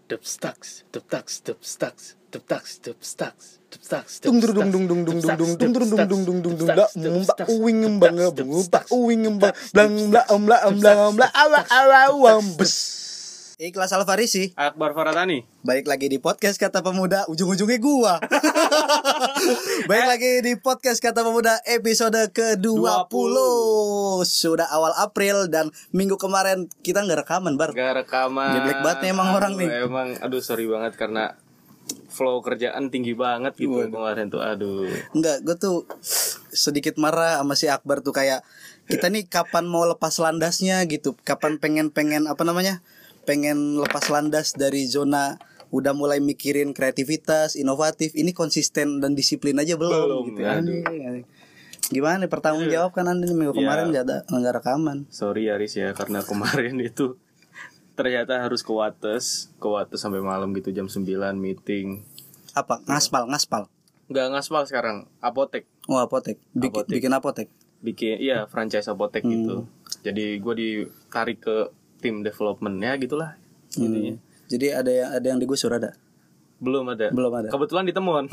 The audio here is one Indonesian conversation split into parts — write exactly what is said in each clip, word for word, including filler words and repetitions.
Dubstaks, dubstaks, dubstaks, dubstaks, dubstaks, dubstaks. Dung dung dung dung dung dung dung dung dung dung dung dung dung dung dak mbak uwing mbang mbak uwing mbang blang blang blang blang blang awa awa wam bes. Ikhlas Alfarisi, Akbar Faradani. Baik lagi di podcast Kata Pemuda, ujung-ujungnya gua. Baik lagi di podcast Kata Pemuda episode kedua puluh. Sudah awal April dan minggu kemarin kita nggak rekaman, Bar. Gak rekaman. Geblek banget nih emang orang nih. Emang aduh sorry banget karena flow kerjaan tinggi banget gitu Waduh. kemarin tuh. Aduh. Enggak, gue tuh sedikit marah sama si Akbar tuh, kayak kita nih kapan mau lepas landasnya gitu. Kapan pengen-pengen apa namanya? Pengen lepas landas dari zona udah mulai mikirin kreativitas, inovatif. Ini konsisten dan disiplin aja belum, Belum, gitu. aduh. Aneh. Gimana nih pertanggung jawab kan Anda nih minggu kemarin Ya. enggak ada enggak rekaman. Sorry Aris ya karena kemarin itu ternyata harus ke Wates, ke Wates sampai malam gitu jam sembilan meeting. Apa? Ngaspal, ngaspal. Enggak ngaspal sekarang, apotek. Oh, apotek. Bikin Apotek. bikin apotek. Bikin iya franchise apotek Hmm. gitu. Jadi gue ditarik ke tim development ya gitulah Hmm. intinya. Jadi ada yang ada yang digusur ada. Belum ada. Belum ada. Kebetulan ditemuan.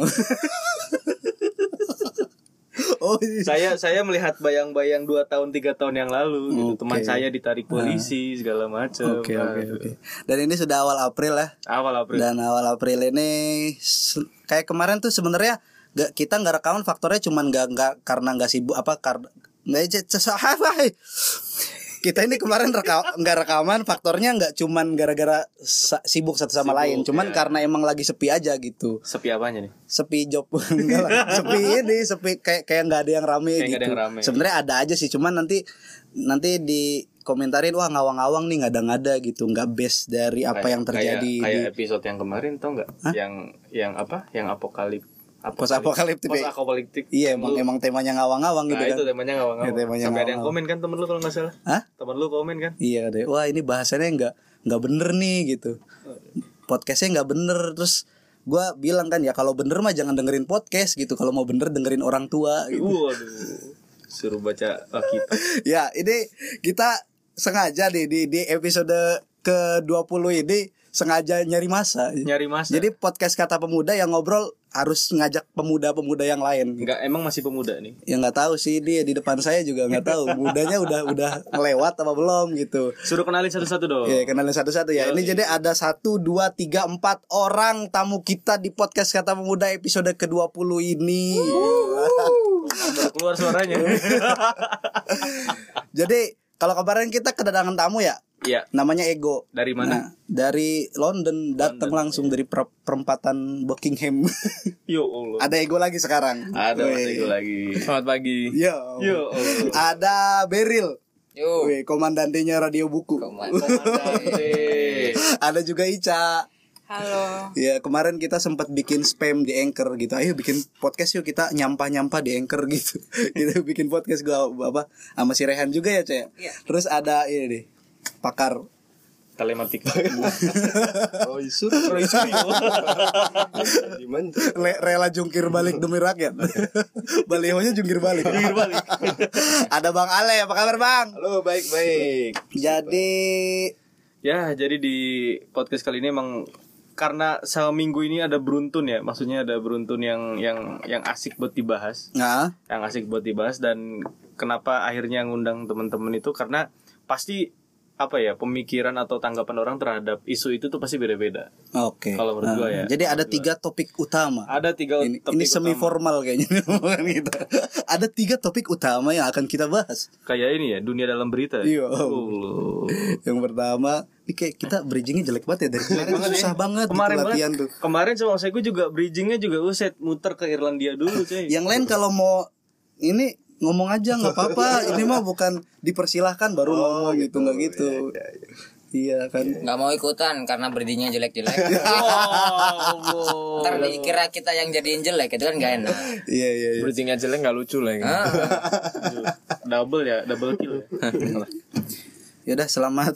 Oh, iya. saya saya melihat bayang-bayang dua tahun tiga tahun yang lalu gitu. Oke. Teman saya ditarik polisi segala macam. Oke oke oke. Dan ini sudah awal April ya. Awal April. Dan awal April ini se- kayak kemarin tuh sebenarnya gak, kita nggak rekaman faktornya cuman nggak nggak karena nggak sibuk apa karena nggak kita ini kemarin reka, nggak rekaman faktornya nggak cuman gara-gara sa- sibuk satu sama Sibuk, lain, cuman ya. karena emang lagi sepi aja gitu. Sepi apanya nih? Sepi job enggak lah, sepi ini sepi kayak kayak nggak ada yang rame Kayak nggak gitu. ada yang rame. Sebenarnya ada aja sih, cuman nanti nanti di komentarin wah ngawang-ngawang nih ngada-ngada gitu, nggak base dari apa Kayak- yang terjadi kayak, kayak di episode yang kemarin tau nggak? Hah? Yang yang apa? Yang apokalip Post apokaliptik. Post apokaliptik. Iya, emang emang temanya ngawang-ngawang gitu Nah kan. itu temanya ngawang-ngawang. Ya, temanya Sampai ada yang ngawang-ngawang. komen kan temen lu kalau nggak salah. Hah? Temen lu komen kan? Iya deh. Wah, ini bahasannya nggak nggak bener nih gitu. Podcastnya nggak bener. Terus gua bilang kan ya kalau bener mah jangan dengerin podcast gitu. Kalau mau bener dengerin orang tua gitu. Waduh. Suruh baca Alkitab. Ya, ini kita sengaja nih di di episode ke dua puluh ini sengaja nyari masa. Nyari masa. Jadi podcast Kata Pemuda yang ngobrol harus ngajak pemuda-pemuda yang lain. Enggak, emang masih pemuda nih. Ya nggak tahu sih, dia di depan saya juga nggak tahu mudanya udah udah ngelewat apa belum gitu. Suruh kenalin satu-satu dong. Ya kenalin satu-satu ya. Yoi. Ini jadi ada satu, dua, tiga, empat orang tamu kita di podcast Kata Pemuda episode ke dua puluh ini. Baru keluar suaranya. Jadi kalau kemarin kita kedatangan tamu ya, Iya. namanya Ego. Dari mana? Nah, dari London, datang London, langsung dari per- perempatan Buckingham. Yo Allah. Ada Ego lagi sekarang. Ada Mas Wih. Ego lagi. Selamat pagi. Yo. Yo Allah. Ada Beril. Yo. Wih, komandantinya Radio Buku. Komandante. Ada juga Ica. Halo. Ya kemarin kita sempat bikin spam di Anchor gitu. Ayo bikin podcast yuk, kita nyampah-nyampah di Anchor gitu. Kita bikin podcast gua apa sama si Rehan juga ya, Cek. Iya. Terus ada ini deh. Pakar Telematik. Roy Sur. Roy Suryo. Gimana? Le- rela jungkir balik demi rakyat. Balihonya jungkir balik. Jungkir balik. Ada Bang Ale, apa kabar Bang? Halo, baik-baik. Jadi Ya, jadi di podcast kali ini emang karena seminggu ini ada beruntun ya, maksudnya ada beruntun yang yang yang asik buat dibahas, nah, yang asik buat dibahas dan kenapa akhirnya ngundang teman-teman itu karena pasti apa ya pemikiran atau tanggapan orang terhadap isu itu tuh pasti beda-beda. oke. Kalau menurut Nah, gua ya. Jadi ada Menurut tiga topik utama. Ada tiga Ini, topik ini semi utama. formal kayaknya omongan kita. Ada tiga topik utama yang akan kita bahas. Kayak ini ya, dunia dalam berita. Iya. Oh. Yang pertama, ini kayak kita bridgingnya jelek banget ya dari kemarin banget susah ya. banget Kemarin gitu banget. latihan tuh. Kemarin sama saya gue juga bridgingnya juga uset muter ke Irlandia dulu, cuy. Yang lain kalau mau ini ngomong aja nggak apa-apa. Ini mah bukan dipersilahkan baru ngomong gitu nggak gitu. Iya kan. Nggak mau ikutan karena bridgingnya jelek-jelek. Wow. Ntar dikira kita yang jadiin jelek, itu kan nggak enak. Iya iya. iya. Bridgingnya jelek nggak lucu lagi. Ah, Double ya, double kill. Yaudah selamat.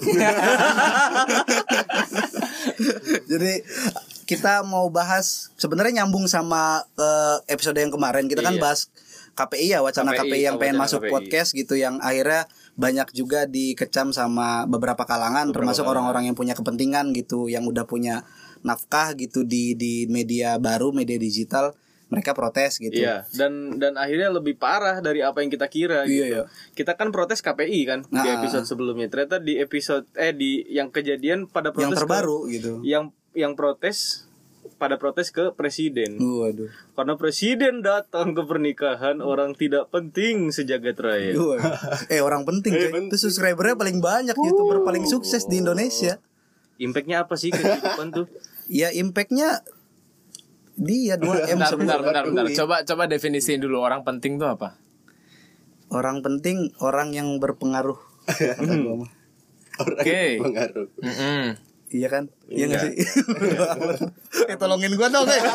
Jadi kita mau bahas sebenarnya nyambung sama uh, episode yang kemarin kita kan Iya. bahas K P I ya, wacana K P I, K P I yang pengen wacana masuk K P I. podcast gitu, yang akhirnya banyak juga dikecam sama beberapa kalangan, Beberapa termasuk kalangan. orang-orang yang punya kepentingan gitu, yang udah punya nafkah gitu di di media baru, media digital, mereka protes gitu. Iya, dan dan akhirnya lebih parah dari apa yang kita kira Iya, gitu. iya. Kita kan protes K P I kan di Nah. episode sebelumnya. Ternyata di episode eh di yang kejadian pada protes Yang ke- terbaru gitu. yang yang protes pada protes ke presiden. Waduh. Karena presiden datang ke pernikahan orang tidak penting sejagat raya. Waduh. Eh orang penting Eh, coy. penting. Itu subscribernya paling banyak, YouTuber paling sukses di Indonesia. Impactnya apa sih ke kehidupan tuh? Ya impactnya dia dua M Bentar, sebulan. bentar, bentar, bentar. Coba coba definisiin dulu orang penting tuh apa? Orang penting orang yang berpengaruh. Kata gua mah. Orang Oke. yang pengaruh. Mm-mm. Iya kan? Iya nggak sih? eh tolongin gua dong, eh.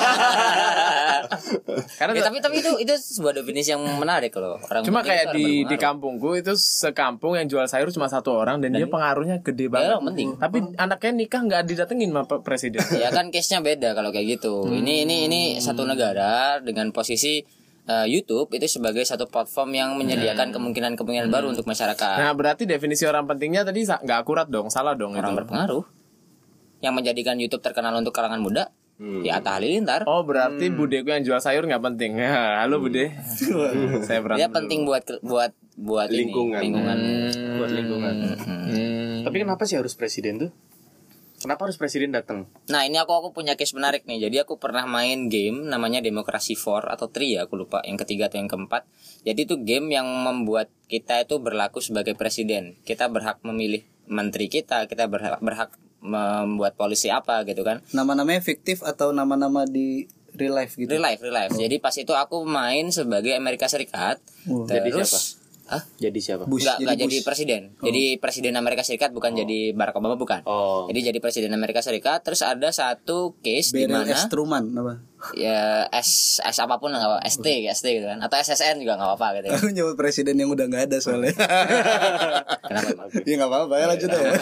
Karena Ya, tapi tapi itu itu sebuah definisi yang menarik loh. Orang cuma penting kayak itu orang di di berpengaruh. kampungku itu sekampung yang jual sayur cuma satu orang dan, dia pengaruhnya gede banget. orang penting. Tapi anaknya nikah nggak didatengin sama Pak presiden. Ya kan case-nya beda kalau kayak gitu. Ini ini ini satu negara dengan posisi eh, YouTube itu sebagai satu platform yang menyediakan kemungkinan-kemungkinan baru untuk masyarakat. Nah berarti definisi orang pentingnya tadi sa- nggak akurat dong, salah dong Orang itu. berpengaruh yang menjadikan YouTube terkenal untuk kalangan muda. Ya Atta Halilintar. Oh berarti budeku yang jual sayur nggak penting. Ya, halo bude. Saya berantem Dia dulu. penting buat buat buat ini, Lingkungan. lingkungan. Hmm. Buat lingkungan. Hmm. Tapi kenapa sih harus presiden tuh? Kenapa harus presiden datang? Nah ini aku aku punya case menarik nih. Jadi aku pernah main game namanya Demokrasi empat atau tiga, aku lupa yang ketiga atau yang keempat. Jadi itu game yang membuat kita itu berlaku sebagai presiden. Kita berhak memilih menteri kita, kita berhak berhak membuat polisi apa gitu kan. Nama-namanya fiktif atau nama-nama di real life gitu. Real life, real life. Jadi pas itu aku main sebagai Amerika Serikat. Oh. Jadi Terus siapa? Hah? Jadi siapa? Bush, Enggak, enggak jadi jadi Bush. presiden. Jadi presiden Amerika Serikat bukan jadi Barack Obama, bukan. Oh. Jadi jadi presiden Amerika Serikat. Terus ada satu case di Beryl mana S. Truman apa? ya S S apapun nggak apa-apa, S T S T gitu kan, atau S S N juga nggak apa-apa gitu ya. Aku nyebut presiden yang udah nggak ada soalnya. Kenapa emang? Ya nggak apa-apa ya, lanjut ya.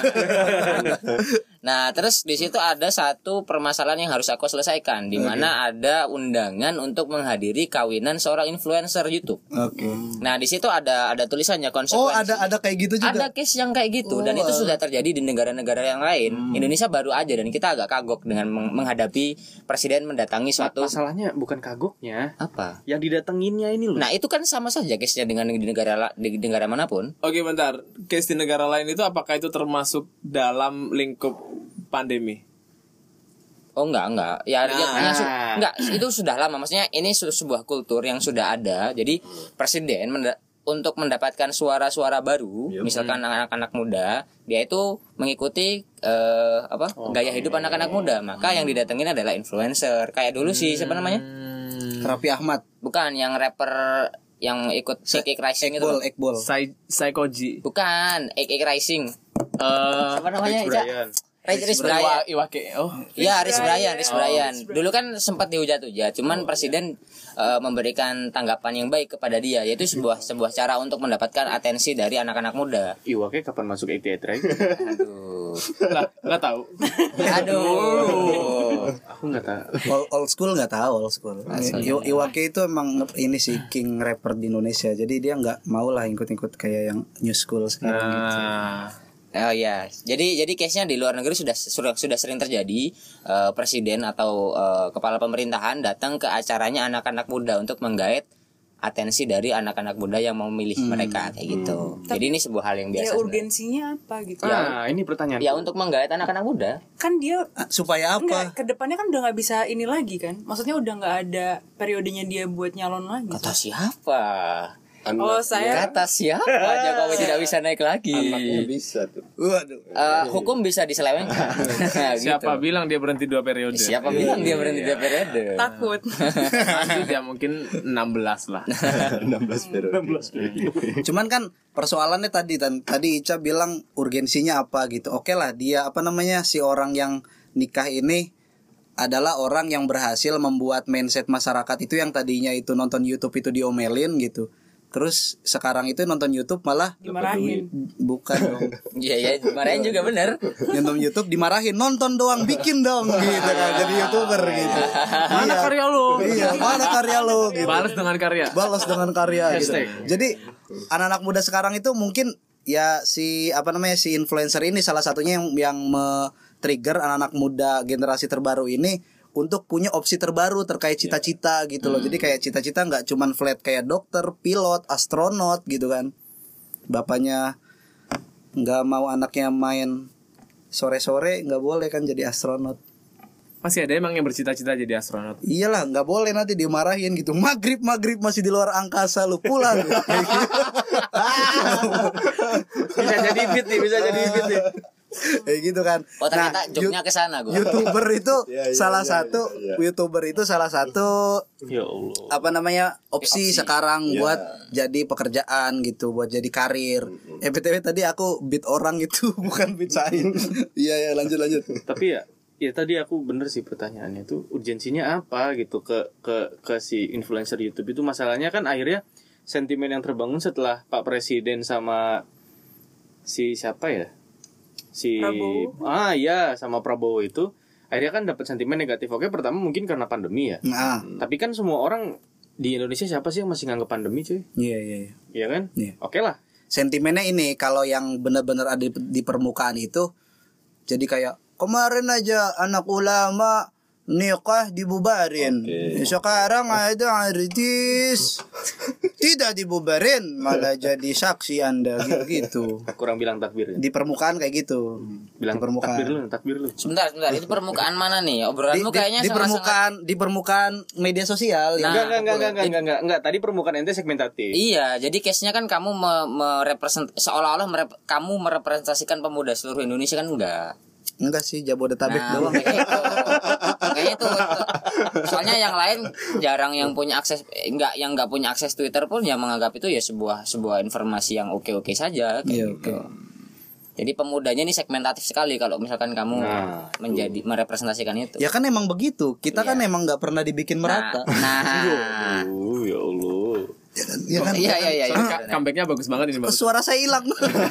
Nah terus di situ ada satu permasalahan yang harus aku selesaikan, di mana ada undangan untuk menghadiri kawinan seorang influencer YouTube. Oke. Nah di situ ada ada tulisannya konsekuensi. Oh ada ada kayak gitu juga. Ada case yang kayak gitu dan itu sudah terjadi di negara-negara yang lain. Indonesia baru aja dan kita agak kagok dengan meng- menghadapi presiden mendatangi suatu Masalahnya bukan kagoknya, apa? yang didatenginnya ini loh. Nah itu kan sama saja case-nya dengan di negara la- di negara manapun. Oke bentar, case di negara lain itu apakah itu termasuk dalam lingkup pandemi? Oh enggak enggak ya, ya, Nah. ya, su- enggak itu sudah lama, maksudnya ini su- sebuah kultur yang sudah ada. Jadi presiden menda- untuk mendapatkan suara-suara baru, misalkan anak-anak muda, dia itu mengikuti eh, apa gaya hidup anak-anak muda, maka yang didatengin adalah influencer. Kayak dulu sih siapa namanya? Raffi Ahmad. Bukan yang rapper yang ikut Kick Rising itu. Ekbol, loh. Ekbol. Psy- Psychoji. Bukan, Kick Rising. Eh, Apa namanya? Rich Ica? Brian. Rich Rich Iwa, Brian. Iwake. Oh. Iya, Rich Brian, Rich Brian. Dulu kan sempat dihujat-hujat, cuman presiden eh, memberikan tanggapan yang baik kepada dia, yaitu sebuah sebuah cara untuk mendapatkan atensi dari anak-anak muda. Iwake kapan masuk delapan puluh delapan right? Aduh. Lah, nggak tahu. Aduh. Aku nggak tahu. Old, old school nggak tahu old school. I- Iwake itu emang ini sih king rapper di Indonesia. Jadi dia nggak mau lah ikut-ikut kayak yang new school sekarang gitu. Nah, Oh ya, jadi jadi case-nya di luar negeri sudah sudah sudah sering terjadi, eh, presiden atau eh, kepala pemerintahan datang ke acaranya anak-anak muda untuk menggait atensi dari anak-anak muda yang mau memilih mereka kayak gitu. Jadi ini sebuah hal yang biasa. Ya sebenarnya. urgensinya apa gitu? Nah, ini pertanyaan. Ya untuk menggait anak-anak muda. Kan dia Ah, supaya enggak, apa? kedepannya kan udah nggak bisa ini lagi kan? Maksudnya udah nggak ada periodenya dia buat nyalon lagi. Kata siapa? Oh saya Kata siapa Jokowi tidak bisa naik lagi? Anaknya bisa tuh. Waduh. Eh, hukum bisa diselewengkan. Gitu. siapa bilang dia berhenti dua periode? Siapa bilang dia berhenti dua periode? takut. Lanjut ya mungkin enam belas lah. enam belas periode. Cuman kan persoalannya tadi tan tadi Ica bilang urgensinya apa gitu. Oke lah dia apa namanya si orang yang nikah ini adalah orang yang berhasil membuat mindset masyarakat itu yang tadinya itu nonton YouTube itu diomelin gitu. Terus sekarang itu nonton YouTube malah Dimarahin. bukan dong. Iya ya, marahin juga bener. Nonton YouTube dimarahin, nonton doang, bikin dong gitu kan. Jadi YouTuber gitu. Mana Iya. karya lo? Iya, mana karya lo gitu. Balas dengan karya. Balas dengan karya gitu. Hashtag. Jadi anak-anak muda sekarang itu mungkin ya si apa namanya si influencer ini salah satunya yang yang me- trigger anak-anak muda generasi terbaru ini untuk punya opsi terbaru terkait cita-cita gitu loh. Jadi kayak cita-cita nggak cuman flat kayak dokter, pilot, astronot gitu kan. Bapaknya nggak mau anaknya main sore-sore, nggak boleh kan jadi astronot. Masih ada emang yang bercita-cita jadi astronot. Iyalah, nggak boleh, nanti dimarahin gitu. Maghrib maghrib masih di luar angkasa, lu pulang. Bisa jadi beat nih, bisa jadi beat nih. Kayak gitu kan. Oh ternyata joknya ke sana gua. YouTuber itu Ya, ya, salah ya, satu ya, ya. YouTuber itu salah satu Ya Allah. apa namanya opsi, Opsi. sekarang Ya. buat jadi pekerjaan gitu, buat jadi karir. Eh B T W tadi aku beat orang itu bukan beat Sain. Iya ya, lanjut lanjut. Tapi ya ya tadi aku bener sih pertanyaannya itu urgensinya apa gitu ke ke ke si influencer YouTube itu. Masalahnya kan akhirnya sentimen yang terbangun setelah Pak Presiden sama si siapa ya si Prabowo. ah ya sama Prabowo itu akhirnya kan dapat sentimen negatif. Oke, pertama mungkin karena pandemi ya. Nah, Tapi kan semua orang di Indonesia siapa sih yang masih nganggap pandemi cuy? iya iya iya. Iya kan? Iya. Oke lah. Sentimennya ini kalau yang benar-benar ada di, di permukaan itu jadi kayak kemarin aja anak ulama nikah dibubarin. Oke. Sekarang ada artis tidak dibubarin malah jadi saksi Anda gitu. Kurang bilang takbir ya. Di permukaan kayak gitu. Bilang di permukaan. takbir lu, takbir lu. Sebentar, sebentar. Itu permukaan mana nih? Di, Obrolanmu di, kayaknya di sangat-sangat- permukaan di permukaan media sosial ya. Nah, Enggak, enggak, enggak, enggak, enggak, enggak, enggak, enggak. Tadi permukaan ente segmentatif. Iya, jadi case-nya kan kamu me- merepresent seolah-olah merep- kamu merepresentasikan pemuda seluruh Indonesia kan enggak. Enggak sih, Jabodetabek Nah, doang. kayak itu. Kayaknya itu. Soalnya yang lain jarang yang punya akses eh, enggak yang enggak punya akses Twitter pun yang menganggap itu ya sebuah sebuah informasi yang oke-oke saja kayak Iya, gitu. oke. Jadi pemudanya ini segmentatif sekali kalau misalkan kamu Nah, menjadi merepresentasikan itu. Ya kan emang begitu. Kita kan Iya. emang nggak pernah dibikin merata. Nah, nah. Oh, ya Allah. Ya kan? Iya iya iya. Soalnya iya. ka- comebacknya bagus banget ini Kok bagus. suara saya hilang.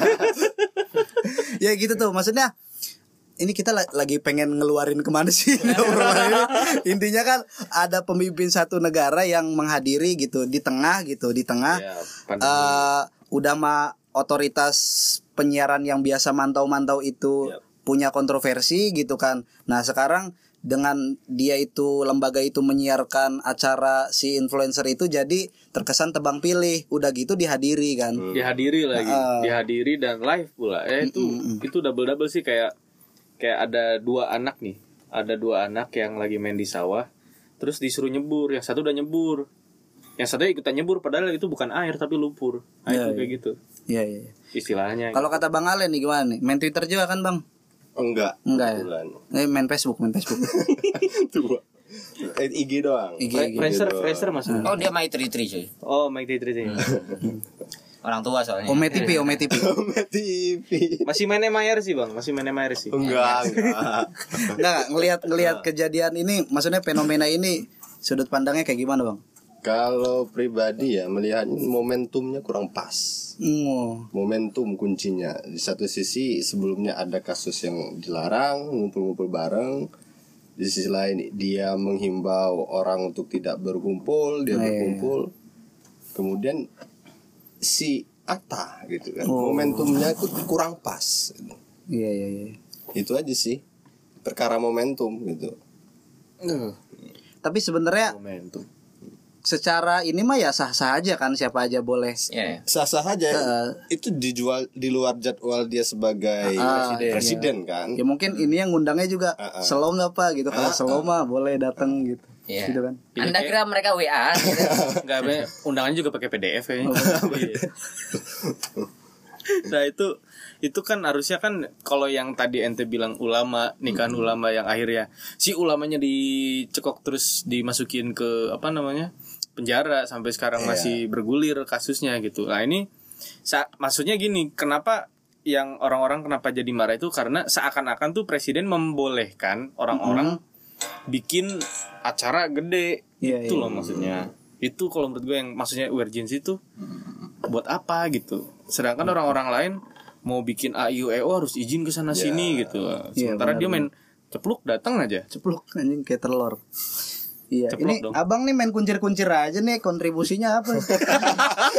Ya gitu tuh. Maksudnya ini kita la- lagi pengen ngeluarin kemana sih obrolan ini. Intinya kan ada pemimpin satu negara yang menghadiri gitu di tengah gitu di tengah Ya, pandemi. eh udah mah otoritas penyiaran yang biasa mantau-mantau itu Yap. punya kontroversi gitu kan. Nah sekarang dengan dia itu lembaga itu menyiarkan acara si influencer itu jadi terkesan tebang pilih, udah gitu dihadiri kan. Dihadiri lagi, Ah. dihadiri dan live pula. Eh itu itu double-double sih kayak kayak ada dua anak nih. Ada dua anak yang lagi main di sawah. Terus disuruh nyebur, yang satu udah nyebur. Yang satu ikutan nyebur padahal itu bukan air tapi lumpur. Nah, Iya, itu iya. kayak gitu Iya iya. iya. istilahnya. Kalau kata Bang Ale nih gimana nih? Main Twitter juga kan Bang? Oh, enggak. Enggak ya? Bulan. Eh, main Facebook, main Facebook. Dua. Eh, I G doang. I G. Fre- Fraser, Fraser maksudnya. Oh dia My Tri Tri cuy. Oh, Mike Titri. Orang tua soalnya. Ome T V, Ome T V. Ome T V. Masih main M I R sih, Bang. Masih main M I R sih. Enggak, enggak. Enggak, ngelihat ngelihat kejadian ini, maksudnya fenomena ini sudut pandangnya kayak gimana, Bang? Kalau pribadi ya melihat momentumnya kurang pas. Oh. Momentum kuncinya. Di satu sisi sebelumnya ada kasus yang dilarang ngumpul-ngumpul bareng. Di sisi lain dia menghimbau orang untuk tidak berkumpul, dia Oh, iya. berkumpul. Kemudian si Atta gitu kan. Oh. Momentumnya itu kurang pas. Iya, iya, iya. Itu aja sih. Perkara momentum gitu. Tapi sebenarnya Momentum. secara ini mah ya sah-sah aja kan, siapa aja boleh. Iya. Sah-sah aja. Heeh. Itu dijual di luar jadwal dia sebagai Ah, presiden, iya. presiden kan. Ya mungkin ini yang ngundangnya juga Ah, ah. slow nggak Pak gitu. Kalau Ah, slow mah boleh datang gitu. Iya. Gitu kan. Anda kira mereka W A? Gitu. Enggak, Be. Undangannya juga pakai P D F kayaknya. Iya. Nah, itu itu kan harusnya kan kalau yang tadi ente bilang ulama, nikahan ulama yang akhirnya si ulamanya dicekok terus dimasukin ke apa namanya? penjara sampai sekarang Iya. masih bergulir kasusnya gitu. Nah, ini sa- maksudnya gini, kenapa yang orang-orang kenapa jadi marah itu karena seakan-akan tuh presiden membolehkan orang-orang bikin acara gede. Iya, Itu iya. loh maksudnya. Itu kalau menurut gue yang maksudnya urgency itu buat apa gitu. Sedangkan orang-orang lain mau bikin A I U E O harus izin ke sana sini gitu. Sementara benar, dia main cepluk datang aja. Ceplok anjing kayak telur. Iya, Ceplok ini dong. Abang nih main kuncir-kuncir aja nih, kontribusinya apa?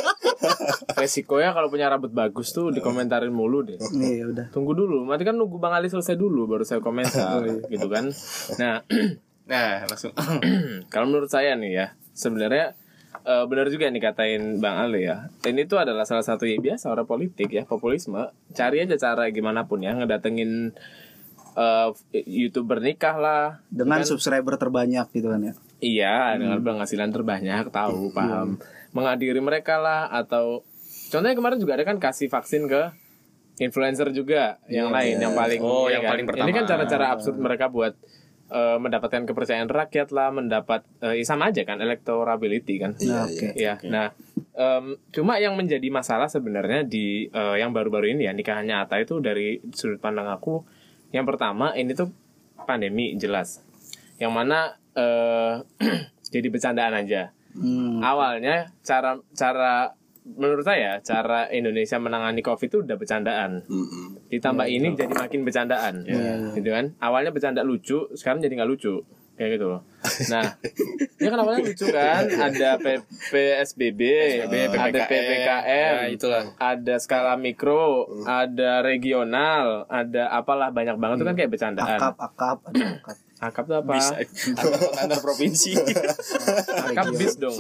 Resikonya kalau punya rambut bagus tuh dikomentarin mulu deh. Iya udah. Tunggu dulu, nanti kan nunggu Bang Ali selesai dulu baru saya komentar gitu kan. Nah, Nah, langsung kalau menurut saya nih ya, sebenarnya uh, benar juga nih katain Bang Ali ya. Ini tuh adalah salah satu ya biasa orang politik ya, populisme. Cari aja cara gimana pun ya ngedatengin uh, YouTuber nikah lah Dengan kan? subscriber terbanyak gitu kan ya. Iya, dengan penghasilan terbanyak, tahu, paham. Menghadiri mereka lah atau contohnya kemarin juga ada kan kasih vaksin ke influencer juga yang lain yang paling Oh, ya yang kan? paling pertama. Ini kan cara-cara absurd mereka buat uh, mendapatkan kepercayaan rakyat lah, mendapat uh, ya sama aja kan electorability kan. Nah, oke. Ya, nah um, cuma yang menjadi masalah sebenarnya di uh, yang baru-baru ini ya nikahannya Atta itu dari sudut pandang aku, yang pertama ini tuh pandemi jelas, yang mana uh, jadi bercandaan aja. Hmm. Awalnya cara cara menurut saya cara Indonesia menangani COVID itu udah bercandaan. Mm-mm. Ditambah ini jadi makin bercandaan, gitu kan? Awalnya bercanda lucu, sekarang jadi nggak lucu, kayak gitu loh. Nah, ya kan awalnya lucu kan? Ada P P S B B, ada P P K M, ya, itulah. ada skala mikro, ada regional, ada apalah banyak banget itu kan kayak bercandaan. Akap, akap, ada akap. Akap tuh apa? bisa antar, antar provinsi. Akap bis dong.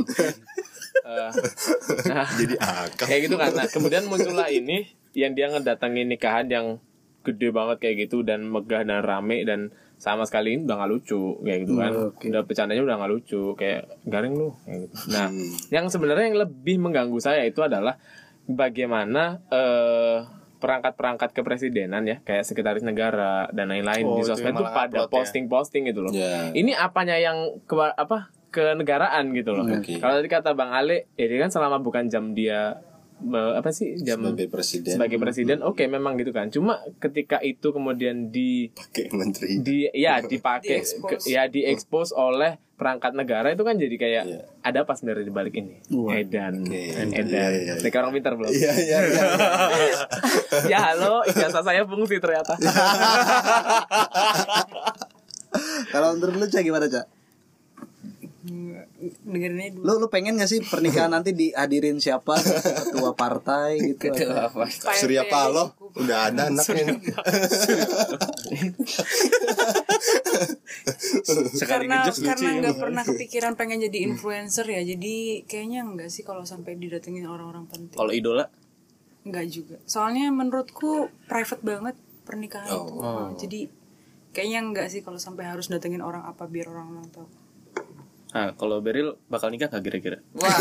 Uh, nah, Jadi akal. kayak gitu kan. Nah, kemudian muncullah ini yang dia ngedatengin nikahan yang gede banget kayak gitu dan megah dan rame dan sama sekali udah nggak lucu kayak gitu kan. Oke. Udah bercandanya udah nggak lucu, kayak garing lu kayak gitu. Nah, Hmm. yang sebenarnya yang lebih mengganggu saya itu adalah bagaimana eh perangkat-perangkat kepresidenan ya, kayak sekretaris negara dan lain-lain Oh, di itu sosmed yang tuh malah pada upload ya. posting-posting gitu loh. Ya. Ini apanya yang ke apa kenegaraan gitu loh. Oke. Kalau tadi kata Bang Ale, ya dia kan selama bukan jam dia be- apa sih jam Sebagai presiden. sebagai presiden, oke memang gitu kan. Cuma ketika itu kemudian di Pakai menteri. di ya dipakai Di-expose. ke- ya diekspos oleh perangkat negara itu kan jadi kayak Iya. ada apa sebenarnya di balik ini? Wah. Edan, Oke. Edan. Iya, iya, iya. Kayak orang pintar belum? Iya iya iya. Ya halo, ijazah saya fungsi ternyata. Kalau menurut lu Cak gimana Cak? Dengerinnya dulu. Lu lu pengen gak sih pernikahan nanti dihadirin siapa? Ketua partai gitu. Ketua atau- apa? Pak Surya R T Paloh aja cukup. udah ada anaknya. Sekali Karena ngejokes lucu karena ya. nggak pernah kepikiran pengen jadi influencer ya, jadi kayaknya enggak sih kalau sampai didatengin orang-orang penting. Kalau idola Enggak juga. Soalnya menurutku private banget pernikahan Oh. itu. Nah, jadi kayaknya enggak sih kalau sampai harus datengin orang apa biar orang-orang tahu. Nah, kalau Beril bakal nikah gak kira-kira? Wah,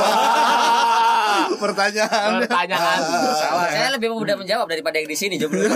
Pertanyaan. Pertanyaan salah ya. saya lebih mudah menjawab daripada yang di sini jomblo.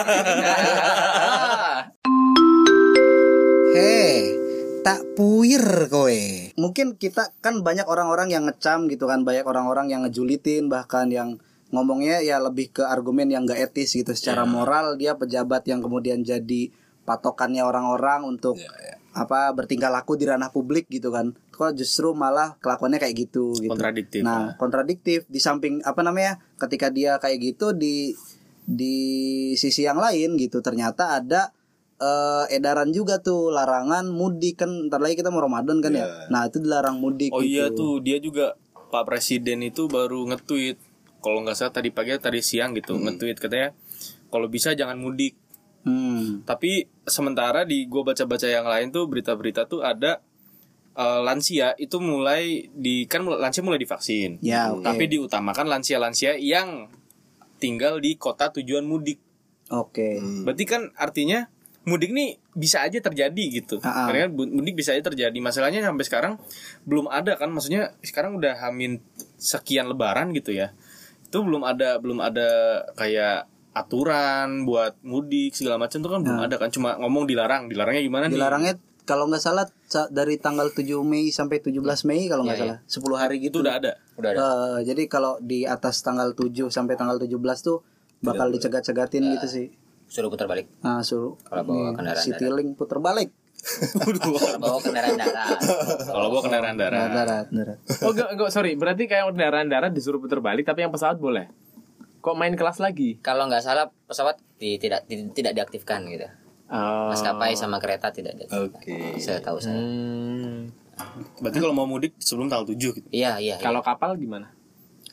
Hei, tak puir kowe. Mungkin kita kan banyak orang-orang yang ngecam gitu kan, banyak orang-orang yang ngejulitin, bahkan yang ngomongnya ya lebih ke argumen yang gak etis gitu. Secara moral dia pejabat yang kemudian jadi patokannya orang-orang untuk apa bertingkah laku di ranah publik gitu kan. Kok justru malah kelakuannya kayak gitu gitu. Kontradiktif. Nah, kontradiktif di samping apa namanya? Ketika dia kayak gitu di di sisi yang lain gitu ternyata ada eh, edaran juga tuh larangan mudik kan. Ntar lagi kita mau Ramadan kan ya. Iya. Nah, itu dilarang mudik Oh gitu. iya tuh, dia juga Pak Presiden itu baru nge-tweet. Kalau nggak salah tadi pagi atau tadi siang gitu, nge-tweet katanya kalau bisa jangan mudik. Hmm. Tapi sementara di gua baca-baca yang lain tuh berita-berita tuh ada eh, lansia itu mulai di kan mulai- lansia mulai divaksin. Ya, oke. Tapi diutamakan lansia-lansia yang tinggal di kota tujuan mudik. Oke. Berarti kan artinya mudik nih bisa aja terjadi gitu. Ah, ah. Karena kan bu- mudik bisa aja terjadi. Masalahnya sampai sekarang belum ada kan. Maksudnya sekarang udah hamin sekian lebaran gitu ya. Itu belum ada belum ada kayak aturan buat mudik segala macam tuh kan belum ada kan. Cuma ngomong dilarang. Dilarangnya gimana nih? Dilarangnya kalau nggak salah sa- dari tanggal tujuh Mei sampai tujuh belas Mei kalau nggak Iya, salah. sepuluh hari Itu gitu. udah ada. Udah ada. Eh, jadi kalau di atas tanggal tujuh sampai tanggal tujuh belas tuh bakal dicegat-cegatin gitu sih. Suruh putar balik. Nah, suruh Kalau bawa nih, kendaraan City Link puter balik. Kalau bawa kendaraan darat. Kalau gua kendaraan darat. Darat, darat. Oh enggak, enggak, sorry. Berarti kayak kendaraan darat disuruh putar balik, tapi yang pesawat boleh. Kok main kelas lagi? Kalau nggak salah pesawat di, tidak di, tidak diaktifkan gitu. Oh. Maskapai sama kereta tidak diaktifkan. Oke. Saya tahu saya. Hmm. Berarti kalau mau mudik sebelum tanggal tujuh gitu. Iya iya. iya. Kalau kapal gimana?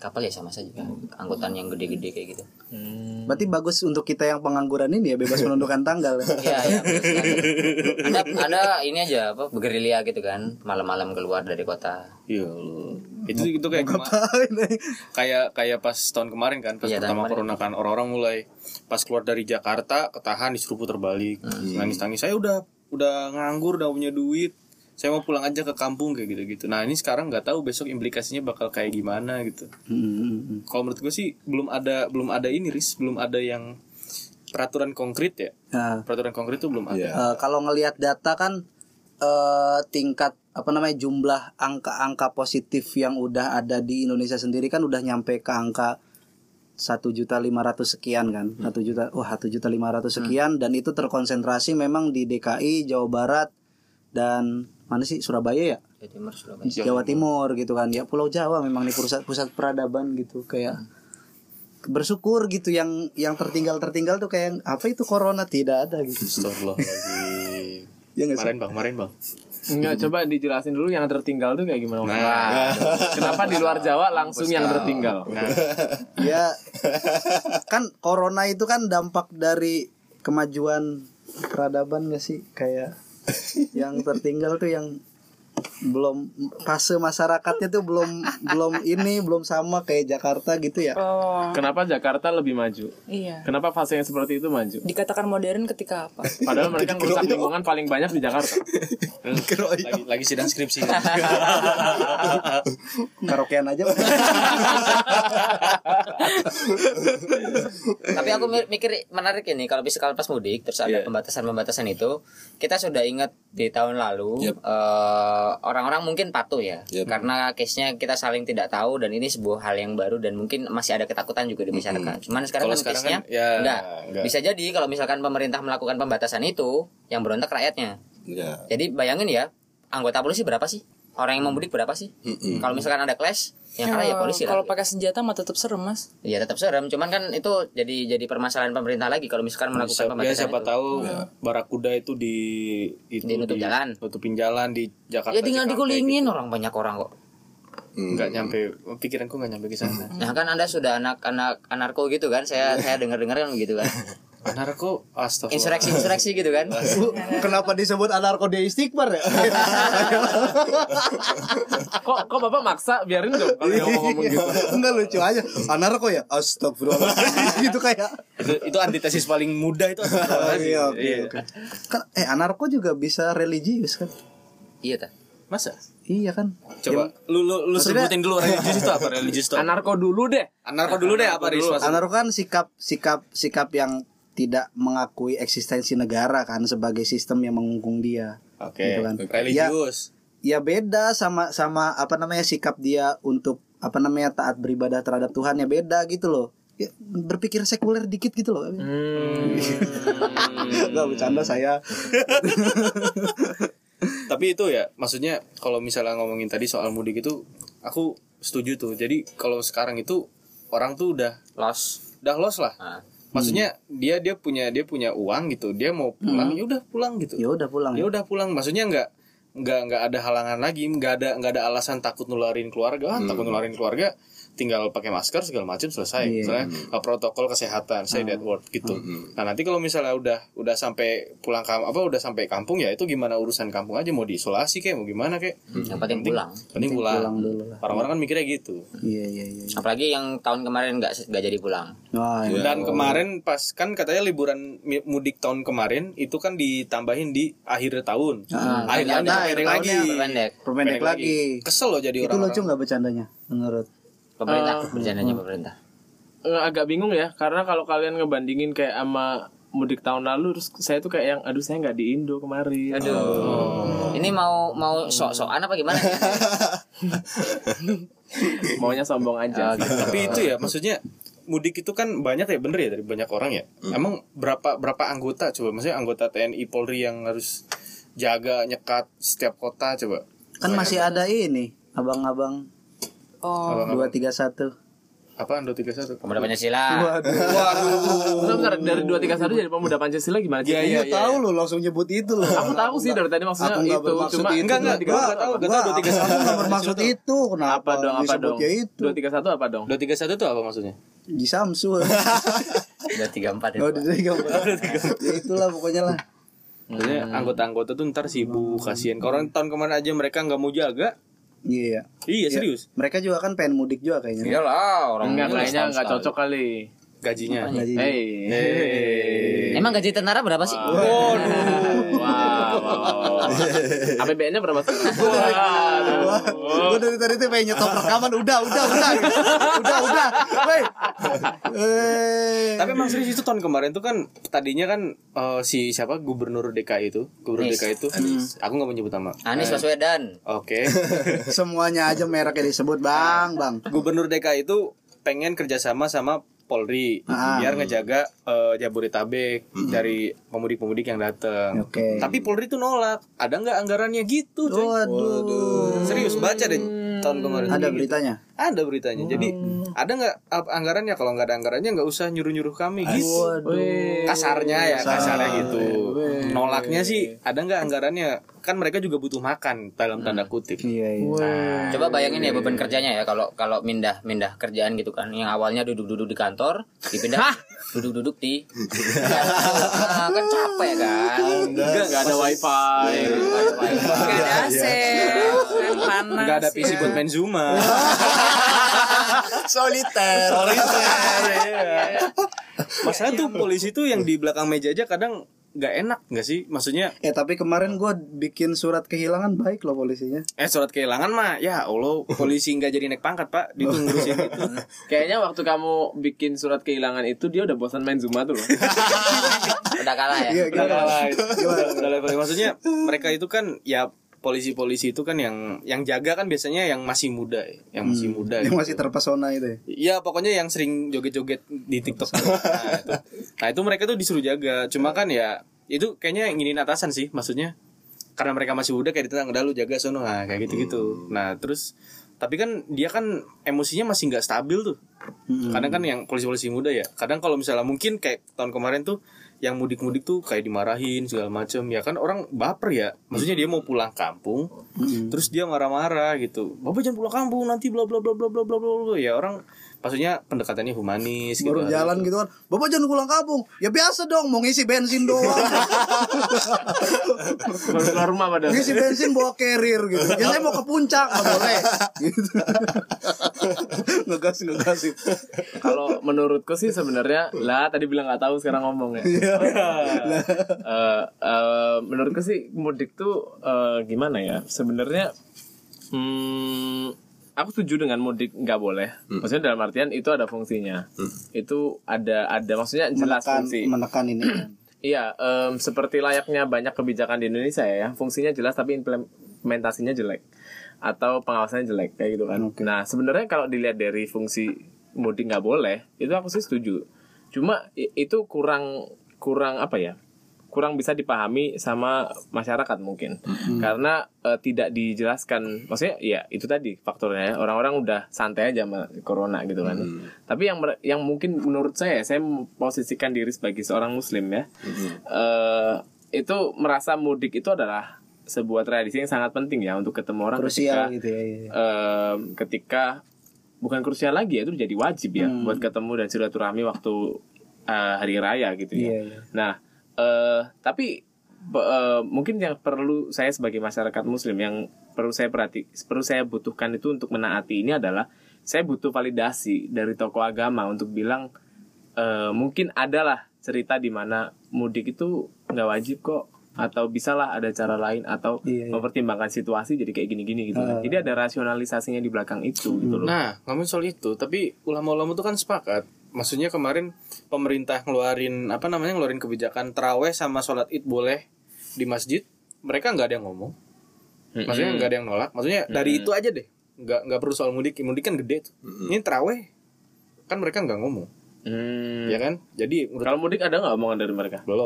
kapal ya sama saja kan. Angkutan yang gede-gede kayak gitu. Hmm. Berarti bagus untuk kita yang pengangguran ini ya, bebas menentukan tanggal. Iya, ya, ada ada ini aja apa bergerilya gitu kan, malam-malam keluar dari kota. Iya loh. Itu itu kayak kema- kayak kayak pas tahun kemarin kan, pas Iya, pertama tahun corona kan orang-orang mulai pas keluar dari Jakarta ketahan disuruh putar balik. Hmm. Nangis-nangis, saya udah udah nganggur, udah punya duit. Saya mau pulang aja ke kampung kayak gitu-gitu. Nah, ini sekarang nggak tahu besok implikasinya bakal kayak gimana gitu. Hmm. Kalau menurut gue sih belum ada belum ada ini Riz, belum ada yang peraturan konkret ya. Nah, Peraturan konkret itu belum ada. Iya. eh, kalau ngelihat data kan eh, tingkat apa namanya jumlah angka-angka positif yang udah ada di Indonesia sendiri kan udah nyampe ke angka satu juta lima ratus sekian kan. satu juta wah satu juta lima ratus sekian dan itu terkonsentrasi memang di D K I, Jawa Barat dan mana sih Surabaya ya? Jawa Timur, Surabaya. Jawa Timur gitu kan. Ya Pulau Jawa memang nih pusat pusat peradaban gitu kayak bersyukur gitu yang yang tertinggal-tertinggal tuh kayak apa itu corona tidak ada gitu. Astagfirullahaladzim. Ya nggak sih? Kemarin bang, kemarin bang. Enggak, coba dijelasin dulu yang tertinggal tuh kayak gimana. Nah. Wah, kenapa di luar Jawa langsung yang tertinggal? Nah, Ya kan corona itu kan dampak dari kemajuan peradaban gak sih kayak yang tertinggal tuh yang belum fase masyarakatnya tuh belum belum ini belum sama kayak Jakarta gitu ya. Oh, Kenapa Jakarta lebih maju? iya. Kenapa fase yang seperti itu maju? Dikatakan modern ketika apa? Padahal mereka merusak lingkungan paling banyak di Jakarta. lagi lagi sidang skripsi. Karaokean aja. Tapi aku mi- mikir menarik ini kalau bisa kalau pas mudik terus ada Iya. pembatasan-pembatasan itu, kita sudah ingat di tahun lalu Yep. eh, orang-orang mungkin patuh ya, Yep. karena case-nya kita saling tidak tahu dan ini sebuah hal yang baru dan mungkin masih ada ketakutan juga di masyarakat. Cuman sekarang Kalau kan sekarang case-nya kan, ya, enggak. enggak. Bisa jadi kalau misalkan pemerintah melakukan pembatasan itu, yang berontak rakyatnya. Ya. Jadi bayangin ya, anggota polisi berapa sih? Orang yang memudik berapa sih? Kalau misalkan ada clash, yang kalah ya polisi lah. Kalau pakai senjata mah tetap serem, Mas. Ya tetap serem, cuman kan itu jadi jadi permasalahan pemerintah lagi kalau misalkan melakukan Ya pembatasan siapa itu. tahu Barakuda itu di itu Dinutup jalan. Nutupin jalan di Jakarta. Ya tinggal Cikampek digulingin gitu. orang banyak orang kok. Nggak nyampe, pikiranku nggak nyampe ke sana. Nah kan Anda sudah anak-anak anarko gitu kan? Saya saya dengar-dengar kan begitu kan. Anarko, astagfirullah. Insurreksi-insurreksi gitu kan. Kenapa disebut anarko de istighfar ya? Kok kok Bapak maksa biarin dong kalau dia ngomong gitu. Enggak lucu aja. Anarko ya? Astagfirullah. Gitu kayak. itu, itu antitesis paling mudah itu. Iya, oke, Iya. oke. Kan eh anarko juga bisa religius kan? Iya ta. Masa? Iya kan? Coba lu lu, lu Maksudnya- sebutin dulu religius itu apa? Religius itu apa? Anarko dulu deh. Anarko dulu deh apa Riz? Maksud- Anarko kan sikap sikap sikap yang tidak mengakui eksistensi negara kan sebagai sistem yang mengungkung dia. Oke. Gitu kan. Religius. Ya beda sama sama apa namanya sikap dia untuk apa namanya taat beribadah terhadap Tuhan ya beda gitu loh. Ya, berpikir sekuler dikit gitu loh. Hmm. Enggak bercanda saya. Tapi itu ya, maksudnya kalau misalnya ngomongin tadi soal mudik itu, aku setuju tuh. Jadi kalau sekarang itu orang tuh udah Los. udah los lah. Nah, Maksudnya dia dia punya dia punya uang gitu, dia mau pulang ya udah pulang gitu. Ya udah pulang. Ya udah pulang. Maksudnya nggak nggak nggak ada halangan lagi, nggak ada nggak ada alasan takut nularin keluarga, ah, takut nularin keluarga. Tinggal pakai masker segala macam selesai. Iya. Misalnya uh, protokol kesehatan, say that word gitu. Nah nanti kalau misalnya udah udah sampai pulang kampung apa udah sampai kampung ya itu gimana urusan kampung aja mau diisolasi kayak mau gimana kayak. yang penting pulang. Penting pulang. pulang dulu lah. Orang-orang kan mikirnya gitu. Iya iya iya. Apalagi yang tahun kemarin nggak nggak jadi pulang. Wah, iya. Dan kemarin pas kan katanya liburan mi- mudik tahun kemarin itu kan ditambahin di akhir tahun. Ah, akhir ada, tahun akhir diperpendek lagi. tahunnya Pendek. Perpendek lagi. Kesel loh jadi Itu orang-orang. lucu nggak bercandanya menurut? Pemerintah, Eh, bercandanya pemerintah. Eh, agak bingung ya karena kalau kalian ngebandingin kayak sama mudik tahun lalu terus saya tuh kayak yang aduh saya nggak di Indo kemarin. Aduh. Ini mau mau sok-sokan apa gimana? Maunya sombong aja. Tapi itu ya maksudnya mudik itu kan banyak ya bener ya dari banyak orang ya. Emang berapa berapa anggota coba maksudnya anggota T N I Polri yang harus jaga nyekat setiap kota coba. Kan masih ada ini abang-abang Oh, dua tiga satu. Apaan dua tiga satu? Pemuda Pancasila. Waduh. Bentar, bentar, dari dua tiga satu jadi pemuda Pancasila gimana sih? Iya, iya, Iya, tahu lo langsung nyebut itu loh. Aku tahu sih dari tadi maksudnya Aku nggak itu, bermaksud cuma itu. enggak enggak Gua- gua tahu, gua tahu dua tiga Aku satu. nggak bermaksud itu. Kenapa? apa dong, apa dong? disebutnya itu? dua tiga satu apa dong? dua tiga satu itu apa maksudnya? Di Samsul. Udah tiga empat Oh, itu. di tiga Ya itulah pokoknya lah. Maksudnya anggota-anggota tuh ntar sibuk, kasihan. Kalau orang tahun kemarin aja mereka nggak mau jaga. Iya. Iya, serius. Mereka juga kan pengen mudik juga kayaknya. Iyalah, orang Enggak, ini kayaknya setahun enggak sekali. cocok kali. Gajinya. Gaji. Hey. Eh. Emang gaji tentara berapa sih? Wow, wow, wow. A P B N-nya berapa sih? Gue dari tadi tuh pengen nyetop rekaman. Udah, udah, udah. Udah, udah. Woi. Eh. Tapi emang serius itu tahun kemarin tuh kan tadinya kan eh, si siapa gubernur D K I itu, gubernur Anies. D K I itu, aku nggak mau nyebut nama. Anies Baswedan. Oke. Semuanya aja mereknya disebut, Bang, Bang. Gubernur D K I itu pengen kerjasama sama Polri Ah. biar ngejaga eh, Jabodetabek dari pemudik-pemudik yang datang. Oke. Tapi Polri tuh nolak. Ada nggak anggarannya gitu, coy? Waduh. Serius baca deh tahun kemarin. Ada Gitu. beritanya. Ada beritanya. Jadi ada nggak ap- anggarannya? Kalau nggak ada anggarannya nggak usah nyuruh-nyuruh kami gitu. Wih. Kasarnya ya, kasarnya gitu. Wih. Nolaknya sih ada nggak anggarannya? Kan mereka juga butuh makan dalam tanda kutip. Iya, iya. Wah. Coba bayangin ya beban kerjanya ya kalau kalau mindah mindah kerjaan gitu kan. Yang awalnya duduk-duduk di kantor, dipindah duduk-duduk di nah, kan capek kan. Enggak, enggak ada wifi. Gak ada A C, kan panas. Nggak ada P C ya. buat main Zuma. Soliter. Masalah tuh polisi tuh yang di belakang meja aja kadang nggak enak nggak sih? Maksudnya Eh tapi kemarin gue bikin surat kehilangan baik loh polisinya. eh surat kehilangan mah ya Allah polisi nggak jadi naik pangkat pak ditungguin itu. Kayaknya waktu kamu bikin surat kehilangan itu dia udah bosan main Zuma tuh loh. Udah kalah ya. Iya, Udah gimana? kalah itu. Udah- udah level. Maksudnya mereka itu kan ya polisi-polisi itu kan yang yang jaga kan biasanya yang masih muda ya, yang masih muda. Yang gitu. masih terpesona itu ya. Iya pokoknya yang sering joget-joget di TikTok. Nah itu, nah itu mereka tuh disuruh jaga. Cuma kan ya itu kayaknya nginin atasan sih, maksudnya karena mereka masih muda kayak ditentang udah lu jaga sono, nah, kayak gitu-gitu. Nah terus tapi kan dia kan emosinya masih nggak stabil tuh. Kadang kan yang polisi-polisi muda ya. Kadang kalau misalnya mungkin kayak tahun kemarin tuh yang mudik-mudik tuh kayak dimarahin segala macem ya kan orang baper ya. Maksudnya dia mau pulang kampung, terus dia marah-marah gitu. Bapak jangan pulang kampung nanti bla bla bla bla bla bla bla. Ya orang maksudnya pendekatannya humanis Baru gitu. jalan gitu kan. Bapak jangan pulang kampung. Ya biasa dong mau ngisi bensin doang. Baru keluar rumah padahal. Ngisi bensin bawa carrier gitu. Ya saya mau ke puncak nggak boleh. Gitu. ngegas ngegas itu. Kalau menurutku sih sebenarnya lah tadi bilang nggak tahu sekarang ngomong ya. Eh, eh, menurutku sih mudik tuh eh, gimana ya? Sebenarnya hmm, aku setuju dengan mudik nggak boleh. Maksudnya dalam artian itu ada fungsinya. Itu ada ada maksudnya jelas Menekan fungsi. menekan ini. Iya, em, seperti layaknya banyak kebijakan di Indonesia ya, fungsinya jelas tapi implementasinya jelek atau pengawasannya jelek kayak gitu kan. Nah sebenarnya kalau dilihat dari fungsi mudik nggak boleh, itu aku sih setuju. Cuma i- itu kurang kurang apa ya? Kurang bisa dipahami sama masyarakat mungkin karena eh, tidak dijelaskan. Maksudnya ya itu tadi faktornya ya. Orang-orang udah santai aja sama corona gitu kan. Tapi yang mer- yang mungkin menurut saya, saya memposisikan diri sebagai seorang muslim ya, eh, itu merasa mudik itu adalah sebuah tradisi yang sangat penting ya untuk ketemu orang ketika Krusial gitu ya. Iya. em, ketika bukan krusial lagi ya, itu jadi wajib ya buat ketemu dan silaturahmi waktu eh, hari raya gitu ya. Iya, iya. Nah, eh tapi be- eh, mungkin yang perlu saya sebagai masyarakat muslim yang perlu saya perhati, perlu saya butuhkan itu untuk menaati ini adalah saya butuh validasi dari tokoh agama untuk bilang eh, mungkin adalah cerita di mana mudik itu nggak wajib kok, atau bisalah ada cara lain, atau Iya, iya. mempertimbangkan situasi jadi kayak gini-gini gitu. Ah. Jadi ada rasionalisasinya di belakang itu gitu loh. Nah ngomongin soal itu, tapi ulama-ulama tuh kan sepakat. Maksudnya kemarin pemerintah ngeluarin apa namanya ngeluarin kebijakan taraweh sama sholat id boleh di masjid, mereka nggak ada yang ngomong. Maksudnya nggak ada yang nolak. Maksudnya dari itu aja deh, nggak nggak perlu soal mudik. Mudik kan gede tuh. Ini taraweh kan mereka nggak ngomong, Hmm. ya kan? Jadi menurut Kalau mudik ada nggak omongan dari mereka? belum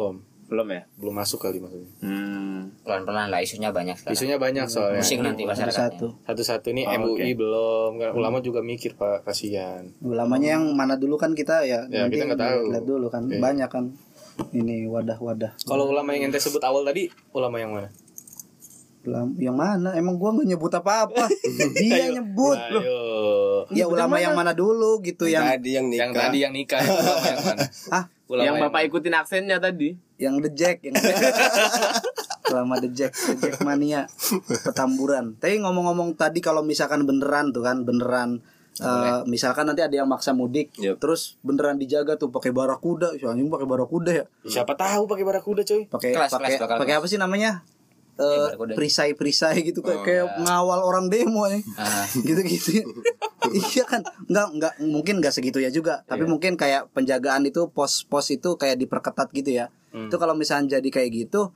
Belum ya? belum masuk kali maksudnya. Hmm. Pelan-pelan lah, isunya banyak sekarang. Isunya banyak soalnya. Pusing nanti masyarakatnya. Satu. Satu-satu nih Oh, M U I oke. belum, kan ulama juga mikir Pak, kasihan. Ulamanya yang mana dulu kan kita ya, Ya, nanti kita nggak tahu. lihat dulu kan. Iya. Banyak kan ini wadah-wadah. Kalau ulama yang ente sebut awal tadi, ulama yang mana? Ulam- yang mana? Emang gua nggak nyebut apa-apa. Dia nyebut loh. Ayo. Ya ulama yang mana dulu gitu yang Tadi yang nikah. Yang tadi yang nikah itu ulama yang mana? ah Ulama yang Bapak mana? ikutin aksennya tadi. yang The Jack yang ulama The Jack, The Jack mania Petamburan. Tapi ngomong-ngomong tadi kalau misalkan beneran tuh kan beneran eh, misalkan nanti ada yang maksa mudik, Yep. terus beneran dijaga tuh pakai barakuda, si anjing pakai barakuda ya, Siapa tahu pakai barakuda coy. pakai Kelas, pakai kelas bakal pakai apa sih namanya? Eh, barakuda. perisai-perisai gitu kayak, kayak ngawal orang demo ya. Ah. Gitu-gitu. Iya kan, nggak nggak mungkin nggak segitu ya juga, tapi mungkin kayak penjagaan itu pos-pos itu kayak diperketat gitu ya. Itu kalau misalnya jadi kayak gitu,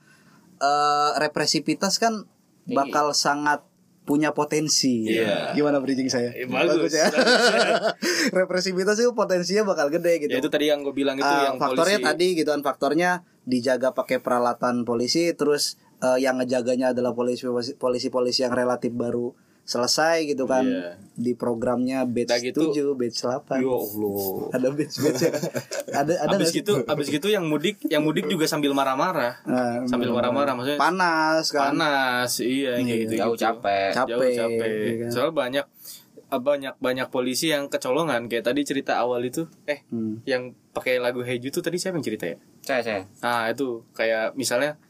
eh represivitas kan bakal sangat punya potensi. Iya. Gimana bridging saya? Eh, bagus. ya. Represivitas itu potensinya bakal gede gitu. Ya itu tadi yang gue bilang itu Ah, yang faktornya polisi. tadi gitu kan, faktornya dijaga pakai peralatan polisi, terus eh, yang ngejaganya adalah polisi polisi-polisi yang relatif baru selesai gitu kan. Iya. Di programnya batch Udah gitu- tujuh, batch delapan. Ya Allah. Ada batch batch ya. ada ada Abis nggak sih? gitu, abis gitu yang mudik, yang mudik juga sambil marah-marah, Nah, sambil marah-marah maksudnya panas kan. panas, iya kayak gitu. Jauh capek. Capek, Jauh capek. iya kan. Soalnya banyak banyak banyak polisi yang kecolongan kayak tadi cerita awal itu, eh Hmm. yang pakai lagu Heju tuh tadi siapa yang cerita ya? Saya, saya. Nah itu kayak misalnya